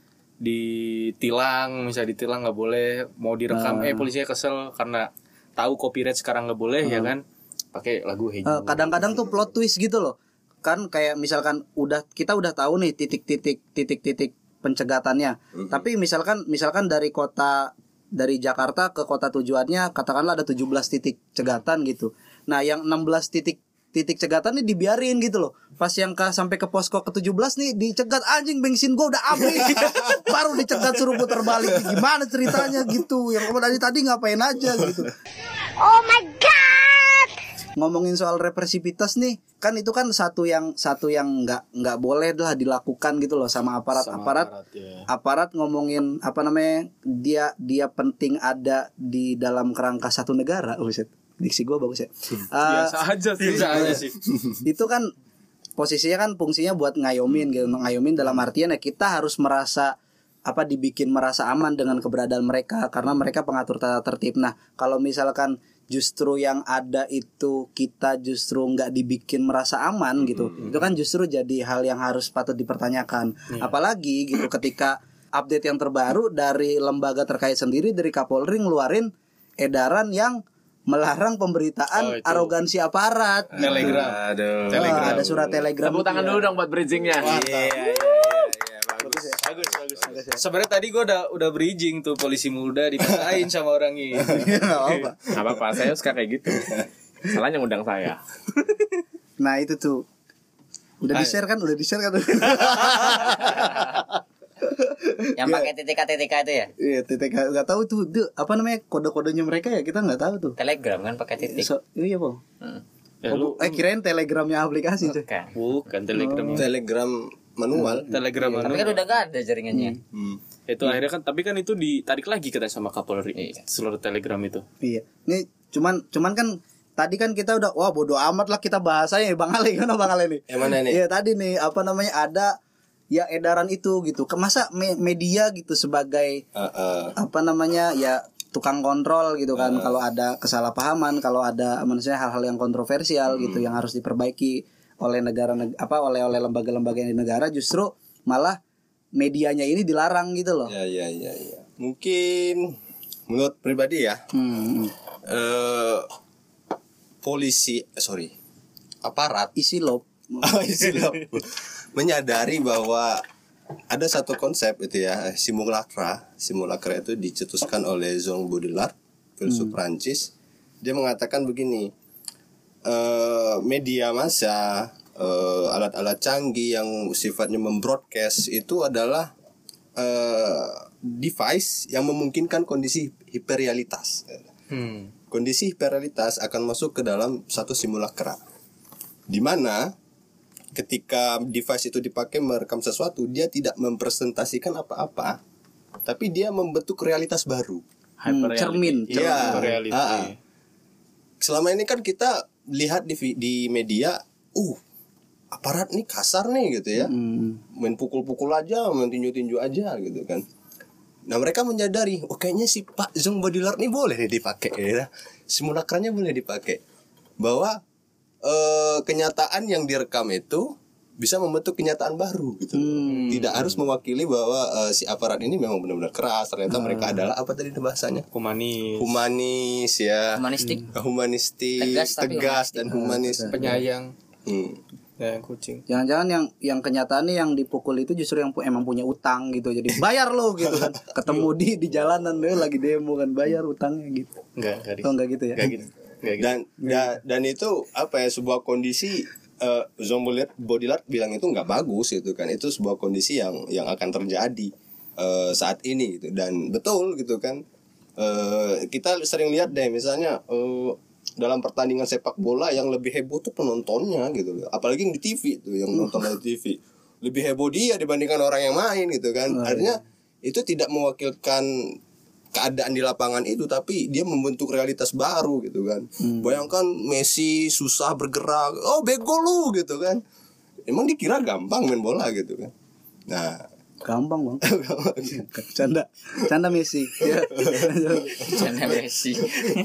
ditilang, misalnya ditilang nggak boleh, mau direkam, eh polisinya kesel karena tahu copyright sekarang nggak boleh ya kan, pakai lagu Heju. Eh, kadang-kadang tuh plot twist gitu loh. Kan kayak misalkan udah kita udah tahu nih titik-titik titik-titik pencegatannya. Tapi misalkan misalkan dari kota dari Jakarta ke kota tujuannya katakanlah ada tujuh belas titik cegatan gitu. Nah, yang enam belas titik titik cegatan nih dibiarin gitu loh. Pas yang ke sampai ke posko ke tujuh belas nih dicegat, anjing bensin gua udah habis. Baru dicegat suruh putar balik. Gimana ceritanya gitu. Yang dari tadi ngapain aja gitu. Oh my god! Ngomongin soal represivitas nih, kan itu kan satu yang satu yang nggak nggak boleh lah dilakukan gitu loh sama aparat Sama aparat aparat, ya. aparat ngomongin apa namanya, dia dia penting ada di dalam kerangka satu negara. Oh, buset. Diksi gue bagus ya. Eh, Biasa aja sih. Biasa aja sih. itu kan posisinya kan fungsinya buat ngayomin gitu, ngayomin dalam artian ya kita harus merasa apa dibikin merasa aman dengan keberadaan mereka karena mereka pengatur tata tertib. Nah, kalau misalkan justru yang ada itu kita justru nggak dibikin merasa aman gitu, itu kan justru jadi hal yang harus patut dipertanyakan. Apalagi gitu ketika update yang terbaru dari lembaga terkait sendiri dari Kapolri ngeluarin edaran yang melarang pemberitaan Oh, itu. arogansi aparat. Telegram. Aduh. Wah, Telegram. ada surat telegram. Tepuk tangan ya. dulu dong buat bridgingnya. Bagus, bagus, bagus. Sebenarnya tadi gue udah udah bridging tuh polisi muda dipatahin sama orang ini. Nggak apa-apa. Nggak apa-apa, saya suka kayak gitu. Salahnya ngundang saya. Nah itu tuh udah di share kan, udah di share kan. Yang pakai titik-titik itu ya. Iya, titik nggak tahu tuh, tuh apa namanya kode-kodenya mereka ya, kita nggak tahu tuh. Telegram kan pakai titik. So, iya bang. Hmm. Ya, lu, Eh kirain telegramnya aplikasi tuh. Bukan. bukan Telegram. Telegram manual. Telegram Tapi anu. kan udah gak ada jaringannya. Hmm. Itu akhirnya kan, tapi kan itu ditarik lagi katanya sama Kapolri. Iya. Seluruh Telegram itu. Iya. Ini cuman cuman kan tadi kan kita udah wah bodo amat lah kita bahasanya Bang Ale, gimana Bang Ale nih? Yang mana nih? Iya tadi nih apa namanya ada ya edaran itu gitu. Ke masa me- media gitu sebagai Uh, uh. apa namanya ya tukang kontrol gitu kan, kalau ada kesalahpahaman, kalau ada maksudnya hal-hal yang kontroversial gitu yang harus diperbaiki oleh negara neg- apa oleh oleh lembaga-lembaga di negara, justru malah medianya ini dilarang gitu loh. Ya ya ya ya. Mungkin menurut pribadi ya, Hmm. eh polisi, eh, sorry, aparat Isi loh. istilah menyadari bahwa ada satu konsep itu ya, simulacra. Simulacra itu dicetuskan oleh Jean Baudrillard, filsuf Prancis. Dia mengatakan begini, eh, media massa, eh, alat-alat canggih yang sifatnya membroadcast itu adalah eh, device yang memungkinkan kondisi hiperrealitas. Hmm. Kondisi hiperrealitas akan masuk ke dalam satu simulacra, di mana ketika device itu dipakai merekam sesuatu, dia tidak mempresentasikan apa-apa, tapi dia membentuk realitas baru. Hmm, cermin, cermin. Iya. Reality. Ah, ah. Selama ini kan kita lihat di di media, uh aparat nih kasar nih gitu ya, hmm. main pukul-pukul aja, main tinju-tinju aja gitu kan. Nah mereka menyadari, oh kayaknya si Pak Zong Bodyguard nih boleh nih dipakai ya, simulakranya boleh dipakai, bahwa eh, kenyataan yang direkam itu bisa membentuk kenyataan baru gitu. Hmm. Tidak harus mewakili bahwa uh, si aparat ini memang benar-benar keras. Ternyata hmm. mereka adalah apa tadi bahasanya? Humanis. Humanis ya. Humanistik. Humanistik, Tegas, tegas humanistik. dan humanis. Penyayang. Hmm. Penyayang kucing. Jangan-jangan yang yang kenyataannya yang dipukul itu justru yang pu- emang punya utang gitu. Jadi bayar lo gitu kan. Ketemu di di jalanan dia lagi demo kan, bayar utangnya gitu. Enggak, enggak. Oh enggak gitu ya. Enggak gitu. Enggak gitu. Dan da, dan itu apa ya, sebuah kondisi uh, Zong Bodyguard bilang itu nggak bagus itu kan. Itu sebuah kondisi yang yang akan terjadi uh, saat ini gitu. Dan betul gitu kan. Uh, kita sering lihat deh misalnya uh, dalam pertandingan sepak bola yang lebih heboh tuh penontonnya gitu, apalagi yang di T V tuh, yang nonton di T V lebih heboh dia dibandingkan orang yang main gitu kan. Oh, artinya iya. Itu tidak mewakilkan keadaan di lapangan itu, tapi dia membentuk realitas baru gitu kan. Hmm. Bayangkan Messi susah bergerak, oh bego lu gitu kan. Emang dikira gampang main bola gitu kan. Nah gampang bang. Canda, canda Messi. Canda Messi.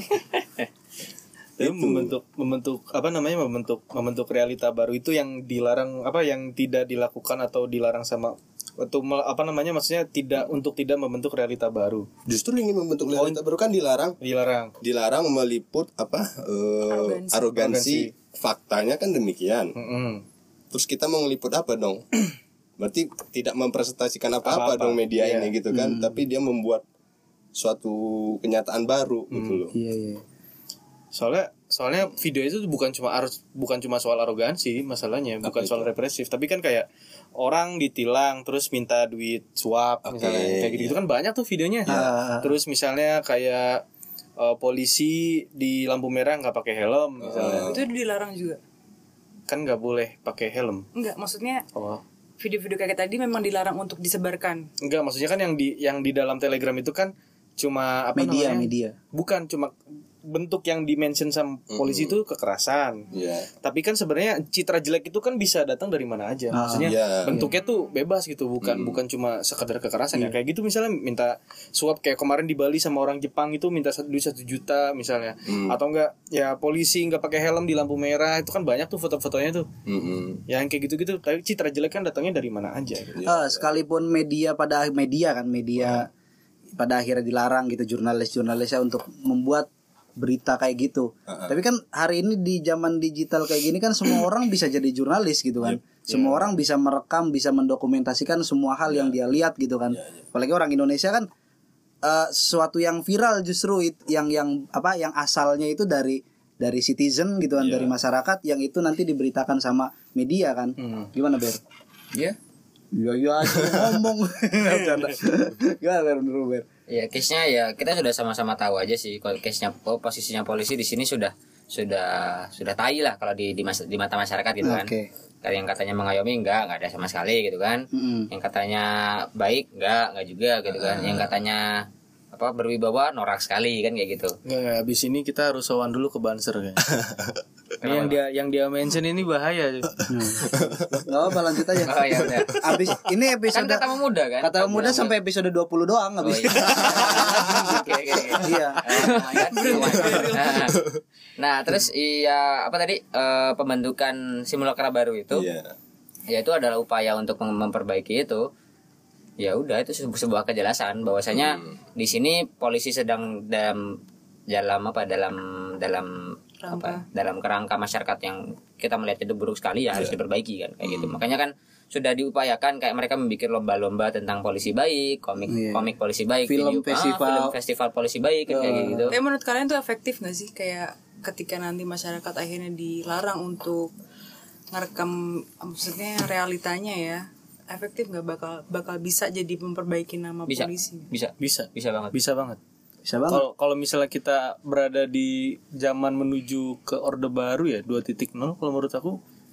Itu membentuk membentuk apa namanya membentuk membentuk realita baru itu yang dilarang, apa yang tidak dilakukan atau dilarang sama atau apa namanya maksudnya tidak untuk tidak membentuk realita baru. Justru ingin membentuk realita oh, baru kan dilarang. Dilarang. Dilarang meliput apa uh, arogansi. arogansi. Faktanya kan demikian. Mm-hmm. Terus kita mau ngeliput apa dong? Berarti tidak mempresentasikan apa-apa, apa-apa dong media iya. ini gitu kan. Hmm. Tapi dia membuat suatu kenyataan baru hmm. gitu loh. Iya iya. Soalnya soalnya video itu bukan cuma harus bukan cuma soal arogansi masalahnya, bukan soal represif, tapi kan kayak orang ditilang terus minta duit suap okay. misalnya kayak gitu kan banyak tuh videonya. Ya. Terus misalnya kayak uh, polisi di lampu merah nggak pakai helm misalnya. Uh. Itu dilarang juga. Kan nggak boleh pakai helm. Enggak, maksudnya oh. video-video kayak tadi memang dilarang untuk disebarkan. Enggak, maksudnya kan yang di yang di dalam Telegram itu kan cuma apa media, namanya? Media. Bukan cuma bentuk yang dimention sama polisi itu mm-hmm. kekerasan. Yeah. Tapi kan sebenarnya citra jelek itu kan bisa datang dari mana aja. Ah, maksudnya yeah. bentuknya yeah. tuh bebas gitu, bukan mm. bukan cuma sekedar kekerasan yeah. ya. Kayak gitu misalnya minta suap kayak kemarin di Bali sama orang Jepang itu minta duit satu juta misalnya. Mm. Atau enggak ya polisi enggak pakai helm di lampu merah, itu kan banyak tuh foto-fotonya tuh. Mm-hmm. Yang kayak gitu-gitu. Tapi citra jelek kan datangnya dari mana aja gitu. Ah, sekalipun media pada media kan media mm. pada akhirnya dilarang gitu, jurnalis-jurnalisnya untuk membuat berita kayak gitu. Uh-huh. Tapi kan hari ini di zaman digital kayak gini kan semua orang bisa jadi jurnalis gitu kan. Yep. Semua yeah. orang bisa merekam, bisa mendokumentasikan semua hal yeah. yang dia lihat gitu kan. Yeah, yeah. Apalagi orang Indonesia kan uh, sesuatu yang viral justru it, yang yang apa yang asalnya itu dari dari citizen gitu kan, yeah. dari masyarakat yang itu nanti diberitakan sama media kan. Mm. Gimana Ber? Iya. Yeah. Iya iya ngomong. Gimana Ber menurut Ber? Ya case-nya ya kita sudah sama-sama tahu aja sih kalau case-nya oh, posisinya polisi di sini sudah sudah sudah tai lah kalau di di, mas, di mata masyarakat gitu kan. Okay. Kalau yang katanya mengayomi enggak, enggak ada sama sekali gitu kan. Mm-hmm. Yang katanya baik enggak, enggak juga gitu kan. Yang katanya apa berwibawa norak sekali kan kayak gitu. Enggak, enggak, habis ini kita harus sowan dulu ke Banser kan. Ini yang dia yang dia mention ini bahaya. Enggak apa lanjut aja. Oh ya udah. Habis ini episode kan kata muda kan. Kata muda sampai episode dua puluh doang habis. Oh, iya. Oke oke. Iya. Nah, terus iya apa tadi uh, pembentukan simulakra baru itu? Iya. Yeah. Ya itu adalah upaya untuk memperbaiki itu. Ya udah itu sebuah kejelasan bahwasanya hmm. di sini polisi sedang dalam dalam apa dalam dalam Rangka. apa dalam kerangka masyarakat yang kita melihat itu buruk sekali ya yeah. harus diperbaiki kan kayak hmm. gitu. Makanya kan sudah diupayakan kayak mereka membuat lomba-lomba tentang polisi baik, komik yeah. komik polisi baik, film video, festival, ah, film festival polisi baik uh. kayak gitu. Tapi menurut kalian tuh efektif nggak sih kayak ketika nanti masyarakat akhirnya dilarang untuk ngerekam maksudnya realitanya ya? Efektif nggak bakal bakal bisa jadi memperbaiki nama bisa, polisi? Bisa, bisa, bisa banget, bisa banget, bisa banget. Kalau kalau misalnya kita berada di zaman menuju ke orde baru ya dua titik nol, kalau menurut aku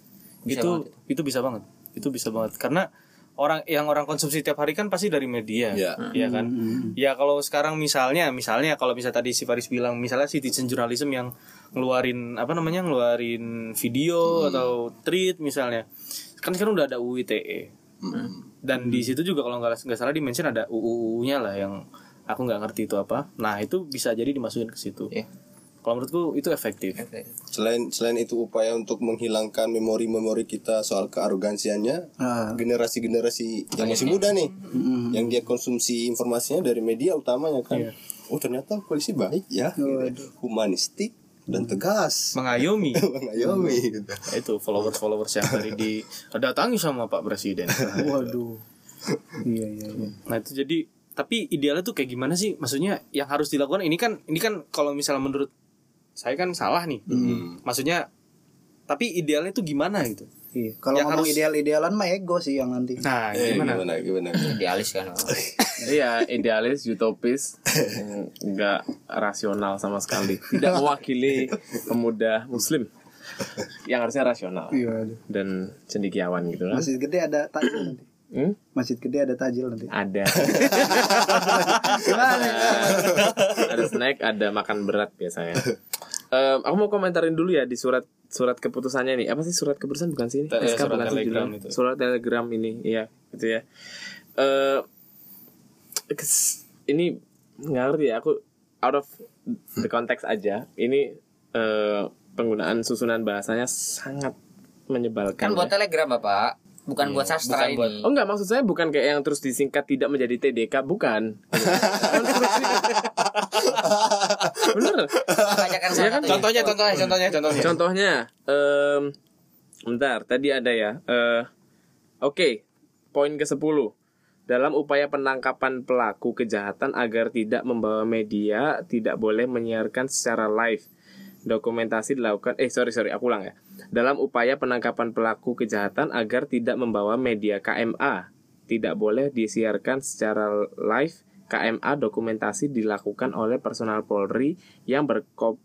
Bisa itu banget. itu bisa banget. Itu bisa banget karena orang yang orang konsumsi tiap hari kan pasti dari media, Ya. ya kan. Ya kalau sekarang misalnya, misalnya kalau bisa tadi si Faris bilang, misalnya citizen journalism yang ngeluarin apa namanya, ngeluarin video Hmm. atau tweet misalnya, kan sekarang udah ada U U I T E, Hmm. dan di situ juga kalau nggak nggak salah di mention ada U U U-nya lah yang aku nggak ngerti itu apa. Nah itu bisa jadi dimasukin ke situ. Iya. Kalau menurutku itu efektif. Selain selain itu upaya untuk menghilangkan memori-memori kita soal kearogansiannya, Ah. generasi-generasi yang masih muda nih, yang dia konsumsi informasinya dari media utamanya kan. Oh ternyata polisi baik ya, gitu. Humanistik dan tegas, Mengayomi. mengayomi. Gitu. Nah, itu followers-followers yang tadi didatangi sama Pak Presiden. Waduh. Iya iya iya. Nah itu jadi, tapi idealnya tuh kayak gimana sih? Maksudnya yang harus dilakukan ini kan, ini kan kalau misalnya menurut saya kan salah nih. Maksudnya, tapi idealnya tuh gimana gitu? Iya. Kalau Yang ngomong harus- ideal-idealan mah ego sih yang nanti. Nah Eh, gimana? gimana gimana? Idealis kan. Iya, idealis, utopis, nggak rasional sama sekali. Tidak mewakili pemuda muslim yang harusnya rasional Iya. aduh. dan cendekiawan gitu kan. Masjid gede ada tajil nanti. Hmm? Masjid gede ada tajil nanti. Ada. Gimana? Ada snack, ada makan berat biasanya. Em, aku mau komentarin dulu ya di surat surat keputusannya nih. Apa sih surat keputusan bukan sih ini? Te- S K surat bukan sih telegram judulnya? itu. Surat telegram ini, iya, gitu ya. Eh kes- ini nggak ngerti ya, aku out of the context aja. Ini eh, penggunaan susunan bahasanya sangat menyebalkan. Kan buat ya. telegram Bapak, bukan buat sastra bukan buat- ini. Oh enggak, maksud saya bukan kayak yang terus disingkat tidak menjadi T D K, bukan. Bener. Tanyakan Iya kan? satu ya. Contohnya, contohnya, contohnya, contohnya. Contohnya, em, bentar, tadi ada ya. Eh, Oke, poin ke sepuluh. Dalam upaya penangkapan pelaku kejahatan agar tidak membawa media, tidak boleh menyiarkan secara live. Dokumentasi dilakukan, eh sorry sorry, aku ulang ya. Dalam upaya penangkapan pelaku kejahatan agar tidak membawa media K M A, tidak boleh disiarkan secara live. K M A dokumentasi dilakukan oleh personal Polri yang berko-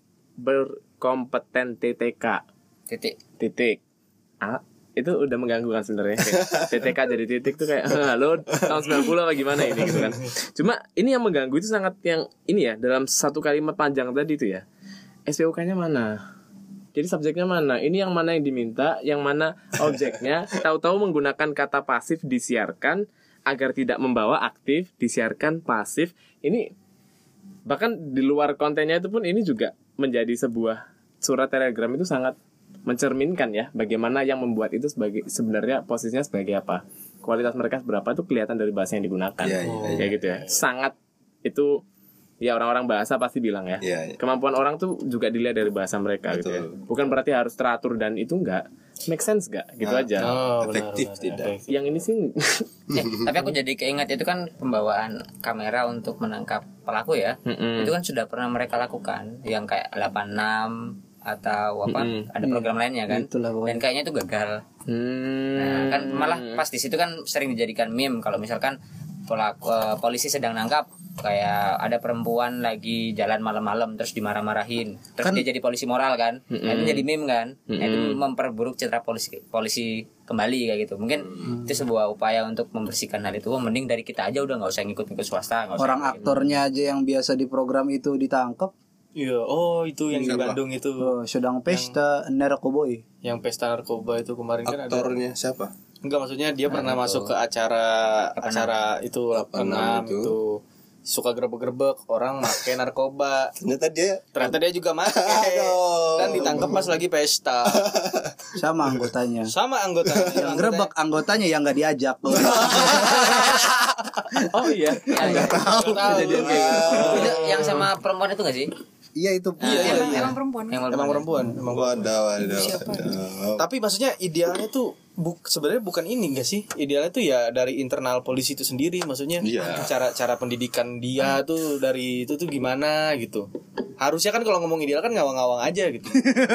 berkompeten T T K. Titik. Titik. A itu udah mengganggu kan sebenarnya. Kayak T T K jadi titik tuh kayak halo tahun sembilan puluh apa gimana ini gitu kan. Cuma ini yang mengganggu itu sangat yang ini ya, dalam satu kalimat panjang tadi itu ya. S P O K-nya mana? Jadi subjeknya mana? Ini yang mana yang diminta, yang mana objeknya? Tahu-tahu menggunakan kata pasif disiarkan agar tidak membawa aktif, disiarkan pasif. Ini bahkan di luar kontennya itu pun ini juga menjadi sebuah surat telegram itu sangat mencerminkan ya bagaimana yang membuat itu sebagai sebenarnya posisinya sebagai apa, kualitas mereka seberapa itu kelihatan dari bahasa yang digunakan. Iya, iya, Kayak gitu ya, sangat itu ya orang-orang bahasa pasti bilang ya. Iya, iya. Kemampuan orang tuh juga dilihat dari bahasa mereka gitu ya. Betul. Bukan berarti harus teratur dan itu enggak make sense enggak gitu Nah, aja. Oh, Efektif tidak. Yang ini sih Eh, tapi aku jadi keinget itu kan pembawaan kamera untuk menangkap pelaku ya. Mm-mm. Itu kan sudah pernah mereka lakukan yang kayak delapan enam atau apa Mm-mm. ada program lainnya kan. Itulah pokoknya. Dan kayaknya itu gagal. hmm. Nah, kan malah pas di situ kan sering dijadikan meme kalau misalkan pelaku eh, polisi sedang nangkap kayak ada perempuan lagi jalan malam-malam terus dimarah-marahin terus Kan- dia jadi polisi moral kan. Nah, itu jadi meme kan. Nah, itu Mm-mm. memperburuk citra polisi polisi kembali kayak gitu. Mungkin itu sebuah upaya untuk membersihkan hal itu. Oh, mending dari kita aja udah nggak usah ngikut-ngikut swasta, nggak usah Orang ngikut- aktornya aja yang biasa di program itu ditangkap. Iya, oh itu yang di Siapa? Bandung itu, Oh, sedang pesta narkoboy. yang pesta narkoba itu kemarin kan ada. Aktornya siapa? Enggak, maksudnya dia pernah masuk ke acara acara itu delapan enam itu. itu. Suka grebek-grebek orang make narkoba. Ternyata dia Ternyata dia juga make. Dan ditangkap pas lagi pesta. Sama anggotanya. Sama anggota. Yang grebek anggotanya yang nggak diajak. Oh iya. Nggak tahu. Kejadian kayak gitu. Itu yang sama perempuan itu nggak sih? Iya itu. Iya, iya, Emang, iya. emang perempuan. Yang Emang perempuan, emang wadah wadah. Siapa? wadah. Tapi maksudnya idealnya tuh buk sebenarnya bukan ini enggak sih? Idealnya tuh ya dari internal polisi itu sendiri, maksudnya Iya. cara cara pendidikan dia tuh dari itu tuh gimana gitu. Harusnya kan kalau ngomong ideal kan ngawang-ngawang aja gitu.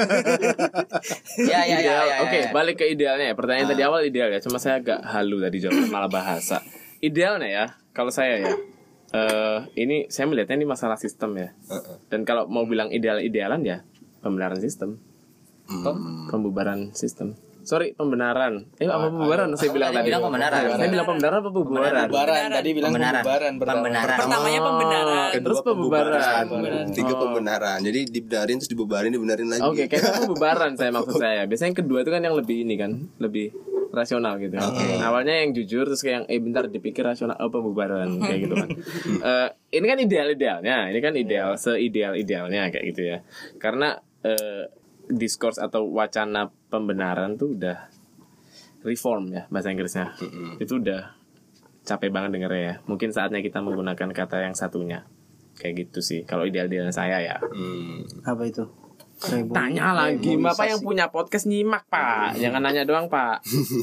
Ya ya ya. Ideal. ya, Oke, ya. balik ke idealnya ya. Pertanyaan tadi awal ideal ya. Cuma saya agak halu tadi jawab malah bahasa. Idealnya ya, kalau saya ya, eh ini saya melihatnya ini masalah sistem ya. Dan kalau mau bilang ideal-idealan ya, pemeliharaan sistem, Hmm. pembubaran sistem. sorry pembenaran. Eh apa pembubaran? Saya bilang Saya tadi. bilang pembenaran. Saya bilang pembenaran apa pembubaran? Pembubaran tadi bilang Pembenaran. pembubaran pertama. Pembenaran. Pertamanya pembenaran. Kedua Terus pembubaran. Tiga pembenaran. Jadi dibenarin terus dibubarin, dibenarin lagi. Oke, kayaknya pembubaran saya maksud saya. Biasanya yang kedua itu kan yang lebih ini kan, lebih rasional gitu. Awalnya yang jujur terus kayak yang eh bentar dipikir rasional oh pembubaran kayak gitu kan. Eh, ini kan ideal-idealnya, ini kan ideal seideal-idealnya kayak gitu ya. Karena eh, diskurs atau wacana pembenaran tuh udah reform ya bahasa Inggrisnya. Itu udah capek banget dengernya ya. Mungkin saatnya kita menggunakan kata yang satunya. Kayak gitu sih kalau ideal-idealnya saya ya. Hmm. Apa itu? Tanya lagi, Bapak yang punya podcast nyimak, Pak. Jangan nanya doang, Pak.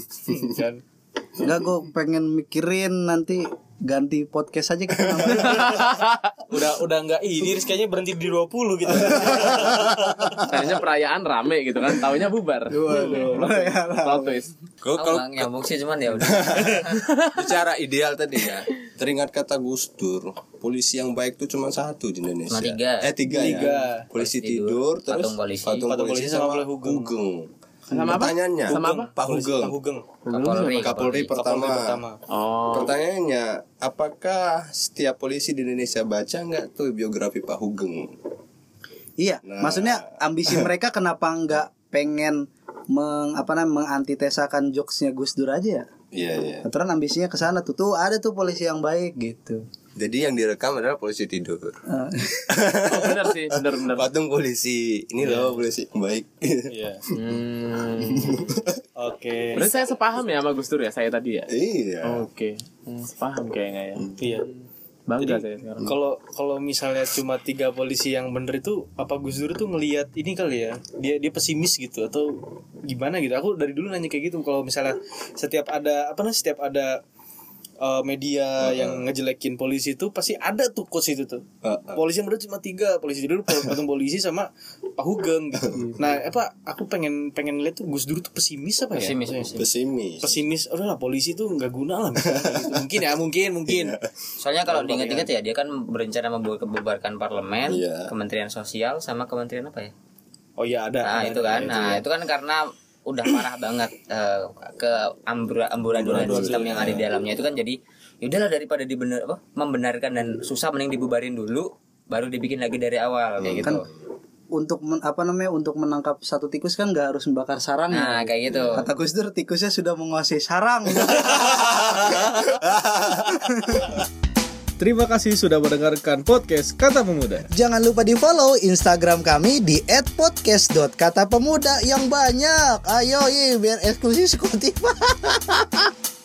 Enggak, gue pengen mikirin nanti ganti podcast aja kita namanya. Udah udah enggak ini kayaknya berhenti di dua puluh gitu. Tadinya perayaan rame gitu kan, taunya bubar. Plot twist. Kalau Aku kalau nggak nyambung sih cuman ya udah. bicara ideal tadi ya, teringat kata Gus Dur, polisi yang baik tuh cuma satu di Indonesia. Cuma tiga. Eh tiga, Tiga. ya. Polisi Polisi tidur, tidur, terus patung polisi. patung Patung polisi polisi sama sama Hugeng. Hugeng. Sama apa? Pertanyaannya, Sama apa? Pak Hugeng. Pak Hugeng. Kapolri. Kapolri pertama. Kapolri pertama. Oh. Pertanyaannya, apakah setiap polisi di Indonesia baca nggak tuh biografi Pak Hugeng? Iya, Nah. maksudnya ambisi mereka kenapa nggak pengen meng apa namanya mengantitesakan jokesnya Gus Dur aja ya? Iya, iya. Aturan ambisinya ke sana tuh. Tuh ada tuh polisi yang baik gitu. Jadi yang direkam adalah polisi tidur. Eh, Oh, benar sih, benar benar. Patung polisi, ini loh polisi yang baik. Iya. Hmm. Oke. Berarti saya sepaham ya sama Gus Dur ya, saya tadi ya. Iya. Oke, hmm, sepaham kayaknya ya. Iya. Bangga saya sekarang. Kalau kalau misalnya cuma tiga polisi yang bener itu apa Gus Dur tuh ngelihat ini kali ya dia dia pesimis gitu atau gimana gitu. Aku dari dulu nanya kayak gitu kalau misalnya setiap ada apa namanya setiap ada uh, media yang ngejelekin polisi itu pasti ada tuh quotes itu tuh. Uh, uh. Polisi yang bener cuma tiga, polisi tidur, patung polisi sama Pak Hugeng gitu. Nah apa aku pengen pengen lihat tuh Gus Dur tuh pesimis apa ya? Pesimis, pesimis. Pesimis. Pesimis, udah lah polisi tuh nggak guna lah misalnya gitu. Mungkin ya mungkin mungkin. Soalnya kalau diingat-ingat ya dia kan berencana membubarkan parlemen, Iya. Kementerian Sosial sama Kementerian apa ya? Oh ya ada. Nah, ada, itu kan. ada, Nah, itu kan karena udah parah banget eh, ke ambura amburadul sistem yang ada di dalamnya itu kan jadi yaudahlah daripada dibener apa membenarkan dan susah mending dibubarin dulu baru dibikin lagi dari awal kayak gitu. Kan untuk men- apa namanya untuk menangkap satu tikus kan nggak harus membakar sarangnya. Nah, kayak gitu. Kata Gus Dur tikusnya sudah menguasai sarang. Terima kasih sudah mendengarkan podcast Kata Pemuda. Jangan lupa di follow Instagram kami di et podcast dot kata pemuda yang banyak. Ayo ye biar eksklusif Spotify.